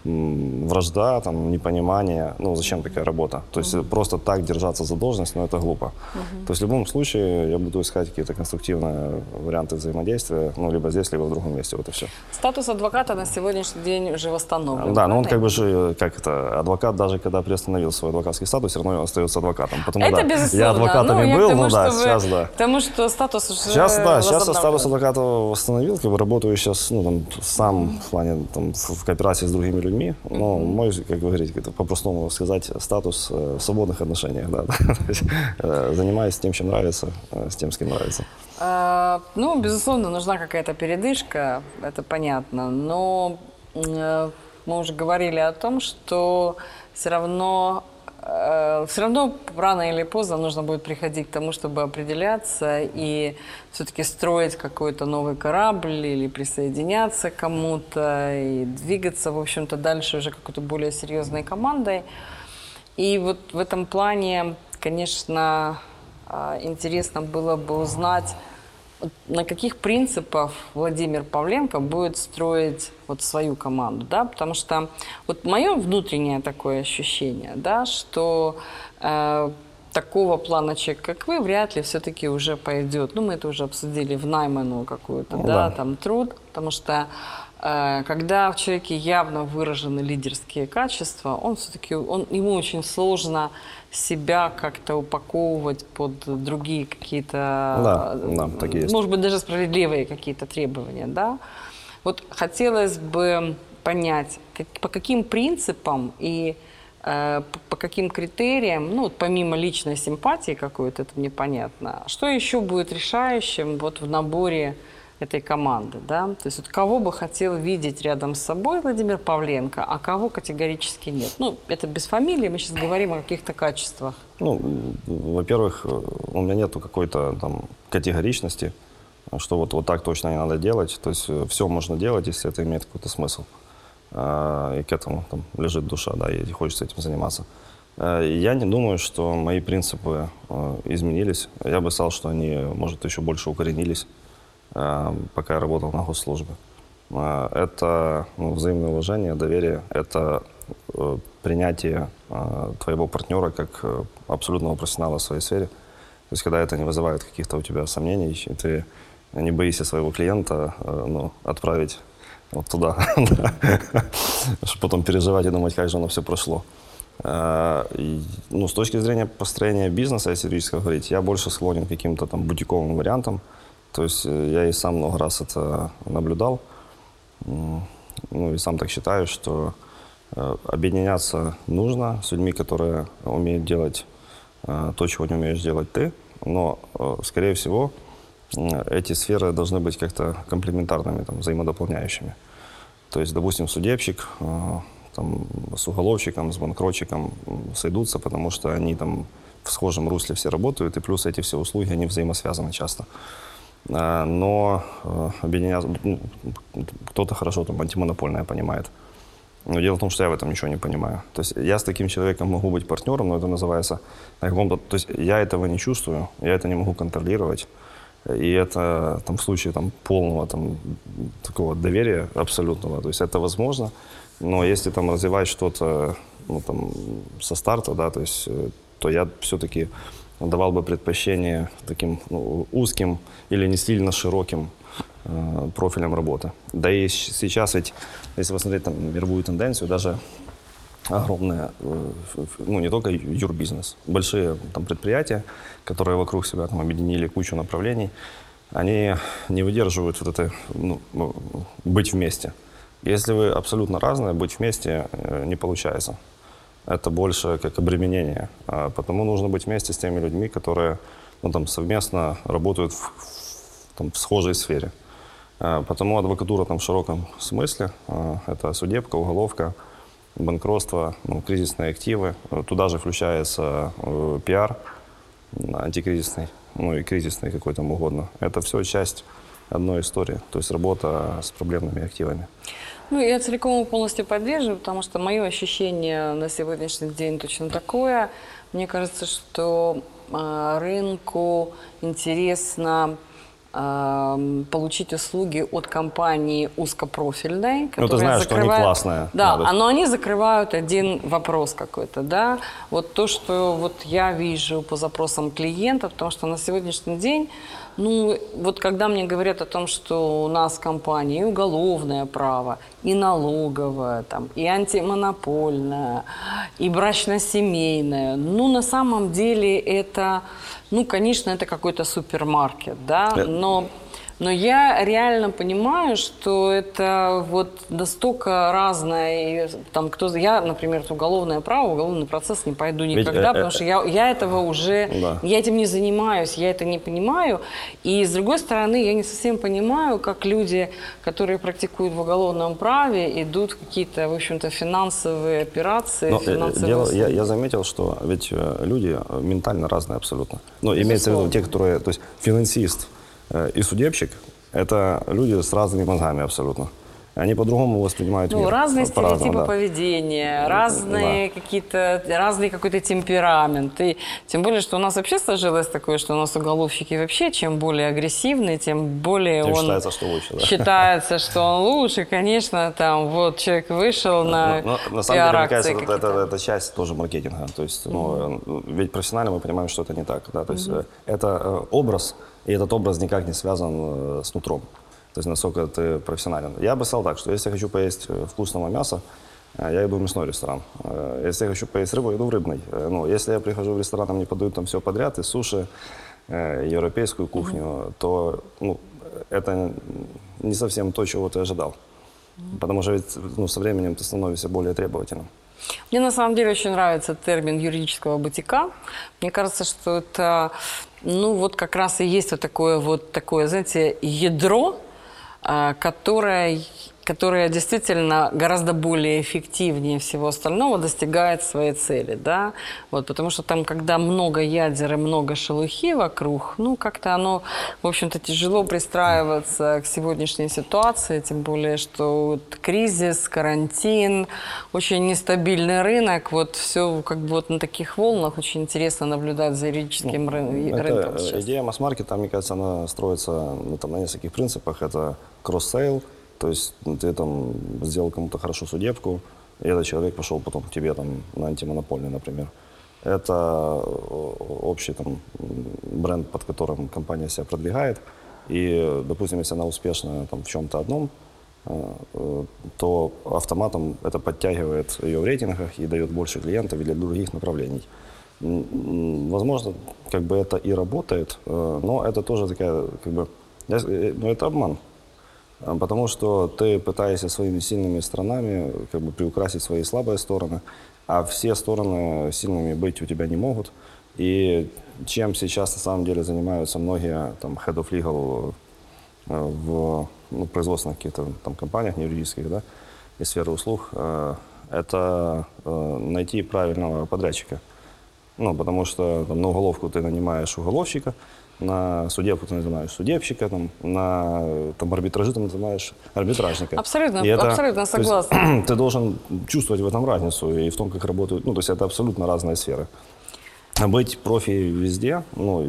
вражда, там, непонимание, ну, зачем такая работа? То есть uh-huh. просто так держаться за должность, ну, это глупо. Uh-huh. То есть в любом случае я буду искать какие-то конструктивные варианты взаимодействия, ну, либо здесь, либо в другом месте, вот и все. Статус адвоката на сегодняшний день уже восстановлен. Да, но он как бы же, как это, адвокат, даже когда приостановил свой адвокатский статус, все равно остается адвокатом. Потому, это да, безусловно. Я адвокатом ну, и был, тому, ну да, вы, сейчас да. Потому что статус уже Сейчас, да, сейчас я статус адвоката восстановил, как бы работаю сейчас, ну, там, сам mm-hmm. в плане, там, в кооперации с другими людьми, но mm-hmm. мой, как говорить, это по-простому сказать, статус э, в свободных отношениях, да, э, занимаюсь тем, чем нравится, э, с тем, с кем нравится. А, ну, безусловно, нужна какая-то передышка, это понятно, но э, мы уже говорили о том, что все равно, э, все равно рано или поздно нужно будет приходить к тому, чтобы определяться и все-таки строить какой-то новый корабль или присоединяться к кому-то и двигаться, в общем-то, дальше уже какой-то более серьезной командой. И вот в этом плане, конечно, интересно было бы узнать, на каких принципах Владимир Павленко будет строить вот свою команду, да, потому что вот мое внутреннее такое ощущение, да, что э, такого плана человек, как вы, вряд ли все-таки уже пойдет. Ну, мы это уже обсудили в найману какую-то, ну, да, да, там труд, потому что э, когда в человеке явно выражены лидерские качества, он все-таки, он, ему очень сложно себя как-то упаковывать под другие какие-то, да, да, так и есть. Может быть, даже справедливые какие-то требования, да. Вот хотелось бы понять, как, по каким принципам и по каким критериям, ну, помимо личной симпатии какой-то, это мне понятно, что еще будет решающим вот в наборе этой команды, да? То есть вот кого бы хотел видеть рядом с собой Владимир Павленко, а кого категорически нет? Ну, это без фамилии, мы сейчас говорим о каких-то качествах. Ну, во-первых, у меня нету какой-то там категоричности, что вот, вот так точно не надо делать. То есть все можно делать, если это имеет какой-то смысл. И к этому там лежит душа, да, и хочется этим заниматься. Я не думаю, что мои принципы изменились. Я бы сказал, что они, может, еще больше укоренились, пока я работал на госслужбе. э, это ну, взаимное уважение, доверие, это э, принятие э, твоего партнера как э, абсолютного профессионала в своей сфере. То есть когда это не вызывает каких-то у тебя сомнений, и ты не боишься своего клиента э, ну, отправить вот туда, чтобы потом переживать и думать, как же оно все прошло. И, ну, с точки зрения построения бизнеса, если юридически говорить, я больше склонен к каким-то там бутиковым вариантам. То есть я и сам много раз это наблюдал. Ну и сам так считаю, что объединяться нужно с людьми, которые умеют делать то, чего не умеешь делать ты. Но, скорее всего, эти сферы должны быть как-то комплементарными, там, взаимодополняющими. То есть, допустим, судебщик там, с уголовщиком, с банкротчиком сойдутся, потому что они там в схожем русле все работают, и плюс эти все услуги, они взаимосвязаны часто. Но объединяться, ну, кто-то хорошо там антимонопольное понимает. Но дело в том, что я в этом ничего не понимаю. То есть я с таким человеком могу быть партнером, но это называется на каком-то... То есть я этого не чувствую, я это не могу контролировать. И это там, в случае там, полного там, такого доверия абсолютного, то есть это возможно. Но если там развивать что-то ну, там, со старта, да, то есть, то я все-таки давал бы предпочтение таким ну, узким или не сильно широким э, профилям работы. Да и сейчас ведь, если посмотреть там, мировую тенденцию, даже огромные, ну не только юрбизнес, большие там, предприятия, которые вокруг себя там, объединили кучу направлений, они не выдерживают вот это, ну, быть вместе. Если вы абсолютно разные, быть вместе не получается. Это больше как обременение. Потому нужно быть вместе с теми людьми, которые ну, там, совместно работают в, там, в схожей сфере. Потому адвокатура там, в широком смысле – это судебка, уголовка, банкротство, ну, кризисные активы. Туда же включается э, пиар антикризисный, ну и кризисный какой там угодно. Это все часть одной истории, то есть работа с проблемными активами. Ну, я целиком и полностью поддерживаю, потому что мое ощущение на сегодняшний день точно такое. Мне кажется, что э, рынку интересно э, получить услуги от компании узкопрофильной, которая ну, ты знаешь, закрывает... что они классные. Да, да, но они закрывают один вопрос какой-то, да. Вот то, что вот я вижу по запросам клиентов, потому что на сегодняшний день, ну, вот когда мне говорят о том, что у нас компания и уголовное право, и налоговое, там, и антимонопольное, и брачно-семейное, ну, на самом деле это, ну, конечно, это какой-то супермаркет, да, но... Но я реально понимаю, что это вот настолько разное. Там, кто, я, например, уголовное право, уголовный процесс не пойду никогда, Ведь, потому э, что я, я этого уже, да. я этим не занимаюсь, я это не понимаю. И с другой стороны, я не совсем понимаю, как люди, которые практикуют в уголовном праве, идут в какие-то, в общем-то, финансовые операции. Но, финансовые дело, я, я заметил, что ведь люди ментально разные абсолютно. Ну, имеется в виду те, которые, то есть финансист и судебщик – это люди с разными мозгами абсолютно. Они по-другому воспринимают ну, мир. Разные стереотипы да. поведения, разные да. какие-то, разный какой-то темперамент. И тем более, что у нас вообще сложилось такое, что у нас уголовщики вообще, чем более агрессивный, тем более тем он… считается, что лучше. Да? Считается, что он лучше, конечно, там вот человек вышел на но, но, на самом деле, мне кажется, это, это, это часть тоже маркетинга. То есть, ну, mm-hmm. ведь профессионально мы понимаем, что это не так. Да? То есть, mm-hmm. это образ, и этот образ никак не связан с нутром. То есть, насколько ты профессионален. Я бы сказал так, что если я хочу поесть вкусного мяса, я иду в мясной ресторан. Если я хочу поесть рыбу, я иду в рыбный. Ну, если я прихожу в ресторан, там мне подают там все подряд, и суши, европейскую кухню, mm-hmm. то ну, это не совсем то, чего ты ожидал. Mm-hmm. Потому что ведь, ну, со временем ты становишься более требовательным. Мне на самом деле очень нравится термин юридического бутика. Мне кажется, что это, ну, вот как раз и есть вот такое, вот такое, знаете, ядро, которое, которое действительно гораздо более эффективнее всего остального достигает своей цели, да, вот, потому что там, когда много ядер и много шелухи вокруг, ну, как-то оно, в общем-то, тяжело пристраиваться к сегодняшней ситуации, тем более, что вот кризис, карантин, очень нестабильный рынок, вот все как бы вот на таких волнах очень интересно наблюдать за юридическим ну, рынком. Это, идея масс-маркета, мне кажется, она строится ну, там, на нескольких принципах. Это кросс-сейл, То есть ну, ты там сделал кому-то хорошо судебку, и этот человек пошел потом к тебе там на антимонопольный, например. Это общий там бренд, под которым компания себя продвигает. И, допустим, если она успешна там, в чем-то одном, то автоматом это подтягивает ее в рейтингах и дает больше клиентов или других направлений. Возможно, как бы это и работает, но это тоже такая, как бы, ну, это обман. Потому что ты пытаешься своими сильными сторонами как бы приукрасить свои слабые стороны, а все стороны сильными быть у тебя не могут. И чем сейчас на самом деле занимаются многие там head of legal в ну, производственных каких-то там компаниях, не юридических, да, из сферы услуг, это найти правильного подрядчика. Ну, потому что там, на уголовку ты нанимаешь уголовщика, на судебку ты нанимаешь судебщика, там, на там, арбитражи ты нанимаешь арбитражника. Абсолютно, и это, абсолютно согласна. Есть, ты должен чувствовать в этом разницу и в том, как работают. Ну, то есть это абсолютно разные сферы. А быть профи везде, ну,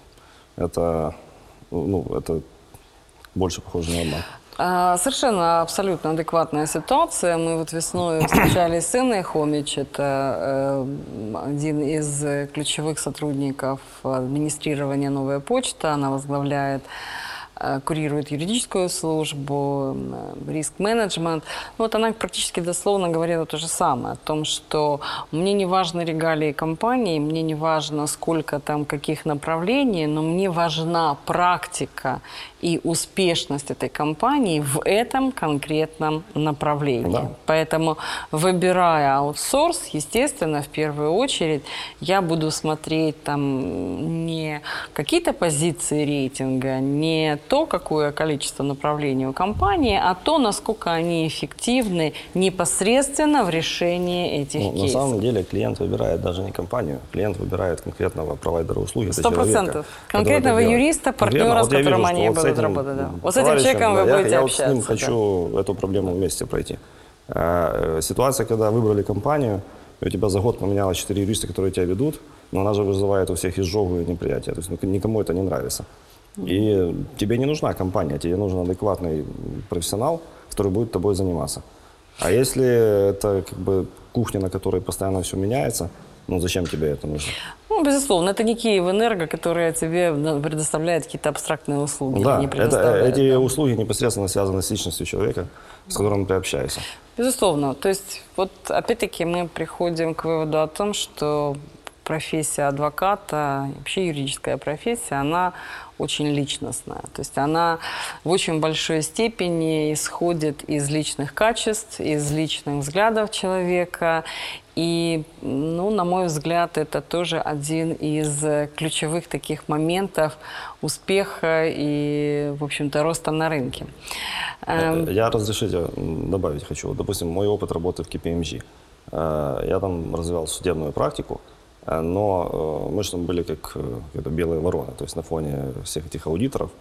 это, ну, это больше похоже на обман. Совершенно абсолютно адекватная ситуация. Мы вот весной встречались с Инной Хомич, это один из ключевых сотрудников администрирования «Новая почта». Она возглавляет, курирует юридическую службу, риск-менеджмент. Ну, вот она практически дословно говорила то же самое, о том, что мне не важны регалии компании, мне не важно, сколько там каких направлений, но мне важна практика и успешность этой компании в этом конкретном направлении. Да. Поэтому, выбирая аутсорс, естественно, в первую очередь я буду смотреть там не какие-то позиции рейтинга, не то, какое количество направлений у компании, а то, насколько они эффективны непосредственно в решении этих ну, кейсов. На самом деле клиент выбирает даже не компанию, клиент выбирает конкретного провайдера услуги. Сто процентов. Конкретного юриста, партнера, с которым они будут этим, работать. Да. Вот с этим человеком вы я, будете я общаться. Я вот с ним хочу да. эту проблему вместе пройти. А, ситуация, когда выбрали компанию, и у тебя за год поменялось четыре юриста, которые тебя ведут, но она же вызывает у всех изжогу и неприятие. То есть никому это не нравится. И тебе не нужна компания, тебе нужен адекватный профессионал, который будет тобой заниматься. А если это как бы кухня, на которой постоянно все меняется, ну зачем тебе это нужно? Ну, безусловно, это не Киевэнерго, которая тебе предоставляет какие-то абстрактные услуги. Да, это, эти да. услуги непосредственно связаны с личностью человека, с которым ты общаешься. Безусловно. То есть, вот опять-таки мы приходим к выводу о том, что профессия адвоката, вообще юридическая профессия, она очень личностная. То есть она в очень большой степени исходит из личных качеств, из личных взглядов человека. И, ну, на мой взгляд, это тоже один из ключевых таких моментов успеха и, в общем-то, роста на рынке. Я, разрешите, добавить хочу. Допустим, мой опыт работы в кей пи эм джи. Я там развивал судебную практику, но мы же там были как это, белые вороны, то есть на фоне всех этих аудиторов.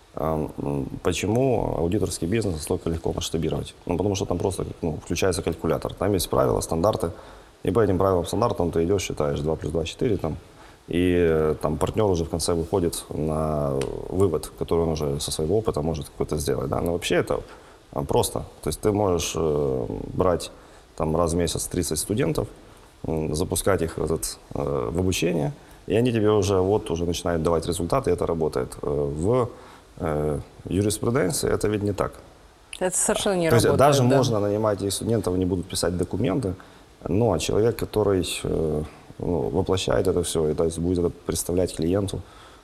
Почему аудиторский бизнес настолько легко масштабировать? Ну, потому что там просто ну, включается калькулятор. Там есть правила, стандарты. И по этим правилам, стандартам ты идешь, считаешь два плюс два, четыре, там, и там партнер уже в конце выходит на вывод, который он уже со своего опыта может какой-то сделать. Да? Но вообще это просто. То есть ты можешь э, брать там, раз в месяц тридцать студентов, э, запускать их в, этот, э, в обучение, и они тебе уже, вот, уже начинают давать результаты, и это работает. В э, юриспруденции это ведь не так. Это совершенно не То работает. есть даже да. можно нанимать этих студентов, они будут писать документы, но человек, который э, ну, воплощает это все, и, то есть будет это представлять клиенту,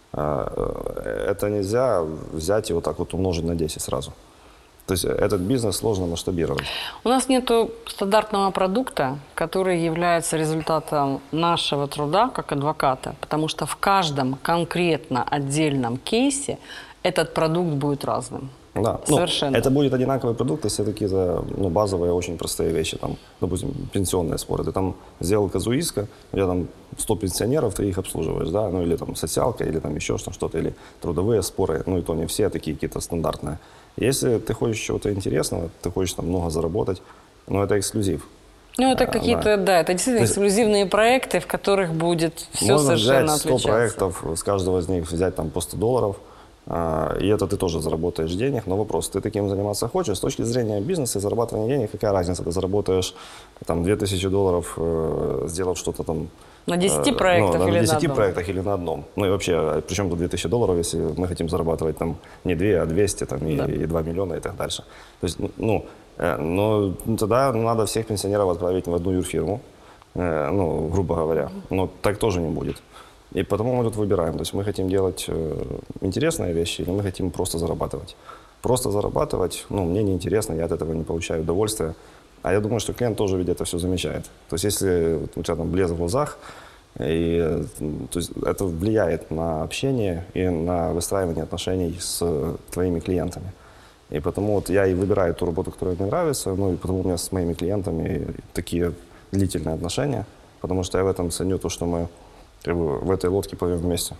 э, это нельзя взять и вот так вот умножить на десять сразу. То есть этот бизнес сложно масштабировать. У нас нет стандартного продукта, который является результатом нашего труда как адвоката, потому что в каждом конкретно отдельном кейсе этот продукт будет разным. Да, совершенно. Ну, это будет одинаковый продукт, если какие-то ну, базовые, очень простые вещи, там, допустим, пенсионные споры. Ты там сделал казуиска, у тебя там сто пенсионеров, ты их обслуживаешь, да, ну или там социалка, или там еще что-то, или трудовые споры, ну и то не все такие какие-то стандартные. Если ты хочешь чего-то интересного, ты хочешь там много заработать, ну это эксклюзив. Ну, это какие-то, да. да, это действительно есть, эксклюзивные проекты, в которых будет все можно совершенно взять сто отличаться. проектов, с каждого из них взять там по сто долларов, А, и это ты тоже заработаешь денег, но вопрос, ты таким заниматься хочешь? С точки зрения бизнеса и зарабатывания денег, какая разница? Ты заработаешь там две тысячи долларов, э, сделав что-то там... На десяти э, проектах ну, или на на десяти одном? проектах или на одном. Ну и вообще, при чем тут две тысячи долларов, если мы хотим зарабатывать там не две, а двести там, и, Да. и два миллиона и так дальше. То есть, ну, э, но тогда надо всех пенсионеров отправить в одну юрфирму, э, ну, грубо говоря. Но так тоже не будет. И потому мы тут выбираем. То есть мы хотим делать э, интересные вещи, или мы хотим просто зарабатывать. Просто зарабатывать, ну, мне неинтересно, я от этого не получаю удовольствия. А я думаю, что клиент тоже ведь это все замечает. То есть если у тебя там блеск в глазах, и, то есть это влияет на общение и на выстраивание отношений с твоими клиентами. И потому вот я и выбираю ту работу, которая мне нравится, ну и потому у меня с моими клиентами такие длительные отношения, потому что я в этом ценю то, что мы как бы в этой лодке плывем вместе.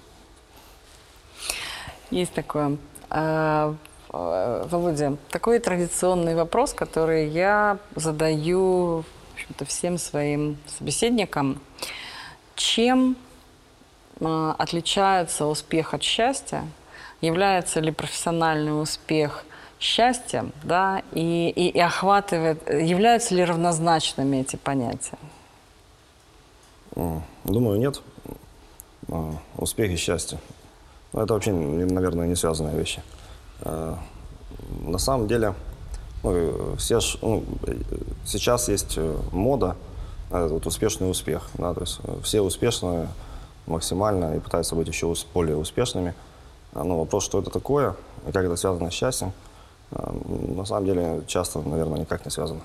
Есть такое. А, а, Володя, такой традиционный вопрос, который я задаю, в общем-то, всем своим собеседникам. Чем а, отличается успех от счастья? Является ли профессиональный успех счастьем, да, и, и, и охватывает, являются ли равнозначными эти понятия? Думаю, нет. Успех и счастье. Ну, это вообще, наверное, не связанные вещи. На самом деле, ну, все ж, ну, сейчас есть мода, вот, успешный успех. Да, то есть все успешные максимально и пытаются быть еще более успешными. Но вопрос, что это такое и как это связано с счастьем, на самом деле часто, наверное, никак не связано.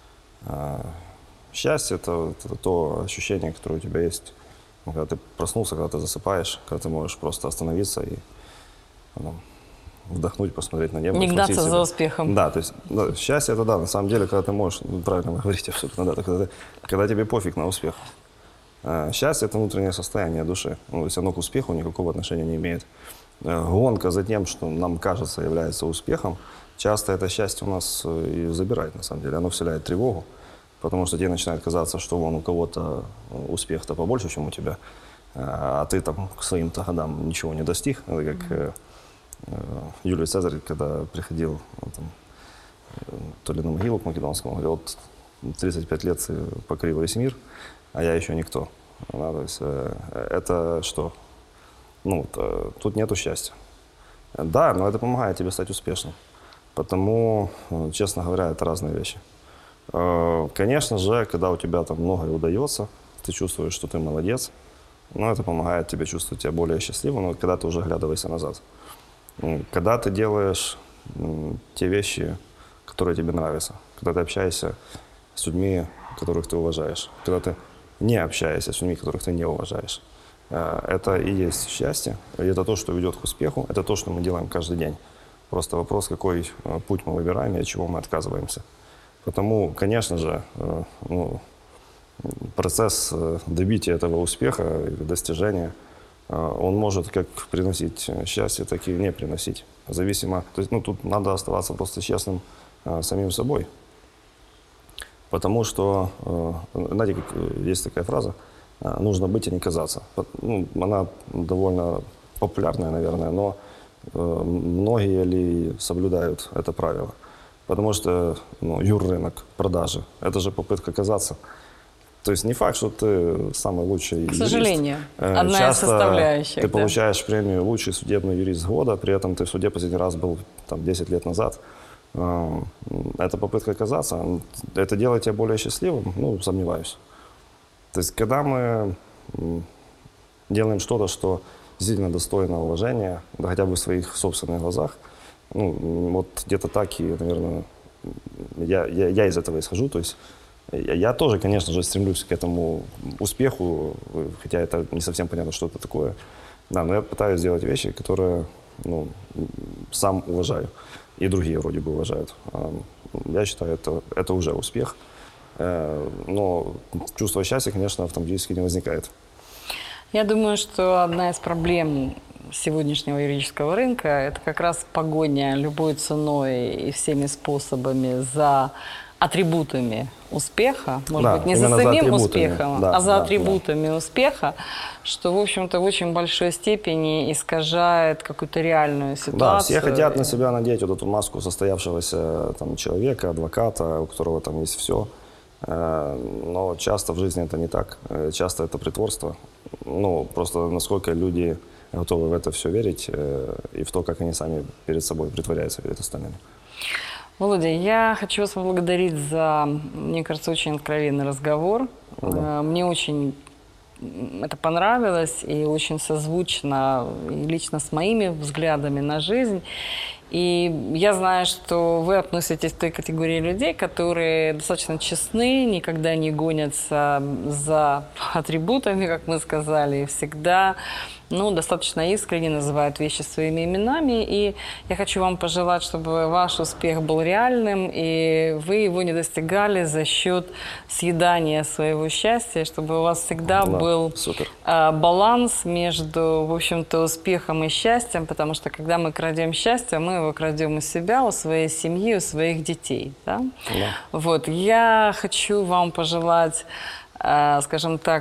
Счастье – это, это то ощущение, которое у тебя есть, когда ты проснулся, когда ты засыпаешь, когда ты можешь просто остановиться и ну, вдохнуть, посмотреть на небо. Не гнаться за успехом. Да, то есть да, счастье – это да, на самом деле, когда ты можешь, ну, правильно вы говорите абсолютно, да, когда, ты, когда тебе пофиг на успех. А счастье – это внутреннее состояние души, ну, то есть оно к успеху никакого отношения не имеет. Гонка за тем, что нам кажется является успехом, часто это счастье у нас и забирает, на самом деле, оно вселяет тревогу. Потому что тебе начинает казаться, что вон у кого-то успех-то побольше, чем у тебя, а ты там к своим-то годам ничего не достиг. Это как э, э, Юлий Цезарь, когда приходил ну, там, э, то ли на могилу к Македонскому, говорил, вот тридцать пять лет покорил весь мир, а я еще никто. Да, то есть, э, это что? Ну, то, тут нету счастья. Да, но это помогает тебе стать успешным. Потому, честно говоря, это разные вещи. Конечно же, когда у тебя там многое удается, ты чувствуешь, что ты молодец, но это помогает тебе чувствовать себя более счастливым, но когда ты уже оглядываешься назад. Когда ты делаешь те вещи, которые тебе нравятся, когда ты общаешься с людьми, которых ты уважаешь, когда ты не общаешься с людьми, которых ты не уважаешь, это и есть счастье, и это то, что ведет к успеху, это то, что мы делаем каждый день. Просто вопрос, какой путь мы выбираем и от чего мы отказываемся. Потому, конечно же, ну, процесс добития этого успеха или достижения, он может как приносить счастье, так и не приносить. Зависимо, то есть, ну, тут надо оставаться просто честным самим собой. Потому что, знаете, как есть такая фраза, нужно быть, а не казаться. Ну, она довольно популярная, наверное, но многие ли соблюдают это правило? Потому что ну, юррынок, продажи, это же попытка казаться. То есть не факт, что ты самый лучший юрист. К сожалению, одна Часто из составляющих. ты да. получаешь премию «Лучший судебный юрист года», при этом ты в суде последний раз был там, десять лет назад. Это попытка казаться. Это делает тебя более счастливым? Ну, сомневаюсь. То есть когда мы делаем что-то, что действительно достойно уважения, да хотя бы в своих собственных глазах, ну, вот где-то так и, наверное, я, я, я из этого исхожу. То есть я, я тоже, конечно же, стремлюсь к этому успеху, хотя это не совсем понятно, что это такое. Да, но я пытаюсь сделать вещи, которые ну, сам уважаю. И другие вроде бы уважают. Я считаю, это, это уже успех. Но чувство счастья, конечно, автоматически не возникает. Я думаю, что одна из проблем сегодняшнего юридического рынка – это как раз погоня любой ценой и всеми способами за атрибутами успеха, может Да, быть, не за именно за самим атрибутами. успехом, Да, а за да, атрибутами успеха, что, в общем-то, в очень большой степени искажает какую-то реальную ситуацию. Да, все хотят на себя надеть вот эту маску состоявшегося там, человека, адвоката, у которого там есть все. Но часто в жизни это не так. Часто это притворство. Ну, просто насколько люди готовы в это все верить и в то, как они сами перед собой притворяются перед остальными. Володя, я хочу вас поблагодарить за, мне кажется, очень откровенный разговор. Да. Мне очень это понравилось и очень созвучно и лично с моими взглядами на жизнь. И я знаю, что вы относитесь к той категории людей, которые достаточно честны, никогда не гонятся за атрибутами, как мы сказали, и всегда ну, достаточно искренне называют вещи своими именами. И я хочу вам пожелать, чтобы ваш успех был реальным, и вы его не достигали за счет съедания своего счастья, чтобы у вас всегда да, был супер. баланс между, в общем-то, успехом и счастьем, потому что когда мы крадем счастье, мы его крадем у себя, у своей семьи, у своих детей. Да? Да. Вот. Я хочу вам пожелать, скажем так,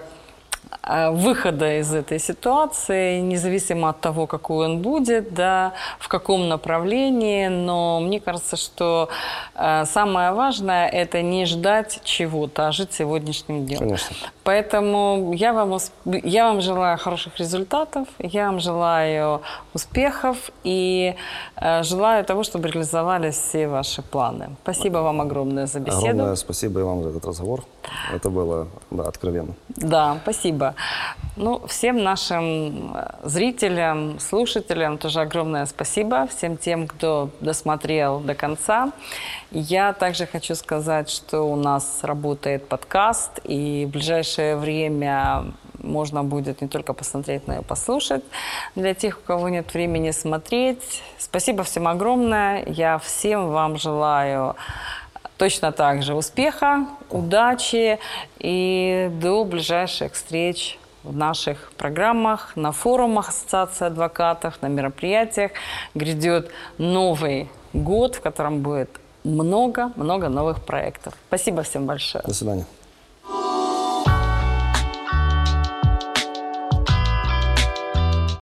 выхода из этой ситуации, независимо от того, какой он будет, да, в каком направлении, но мне кажется, что э, самое важное – это не ждать чего-то, а жить сегодняшним днем. Конечно. Поэтому я вам, я вам желаю хороших результатов, я вам желаю успехов и э, желаю того, чтобы реализовались все ваши планы. Спасибо вам огромное за беседу. Огромное спасибо и вам за этот разговор. Это было да, откровенно. Да, спасибо. Ну, всем нашим зрителям, слушателям тоже огромное спасибо. Всем тем, кто досмотрел до конца. Я также хочу сказать, что у нас работает подкаст, и в ближайшее время можно будет не только посмотреть, но и послушать. Для тех, у кого нет времени смотреть, спасибо всем огромное. Я всем вам желаю точно так же успеха, удачи и до ближайших встреч в наших программах, на форумах Ассоциации адвокатов, на мероприятиях. Грядет Новый год, в котором будет много-много новых проектов. Спасибо всем большое. До свидания.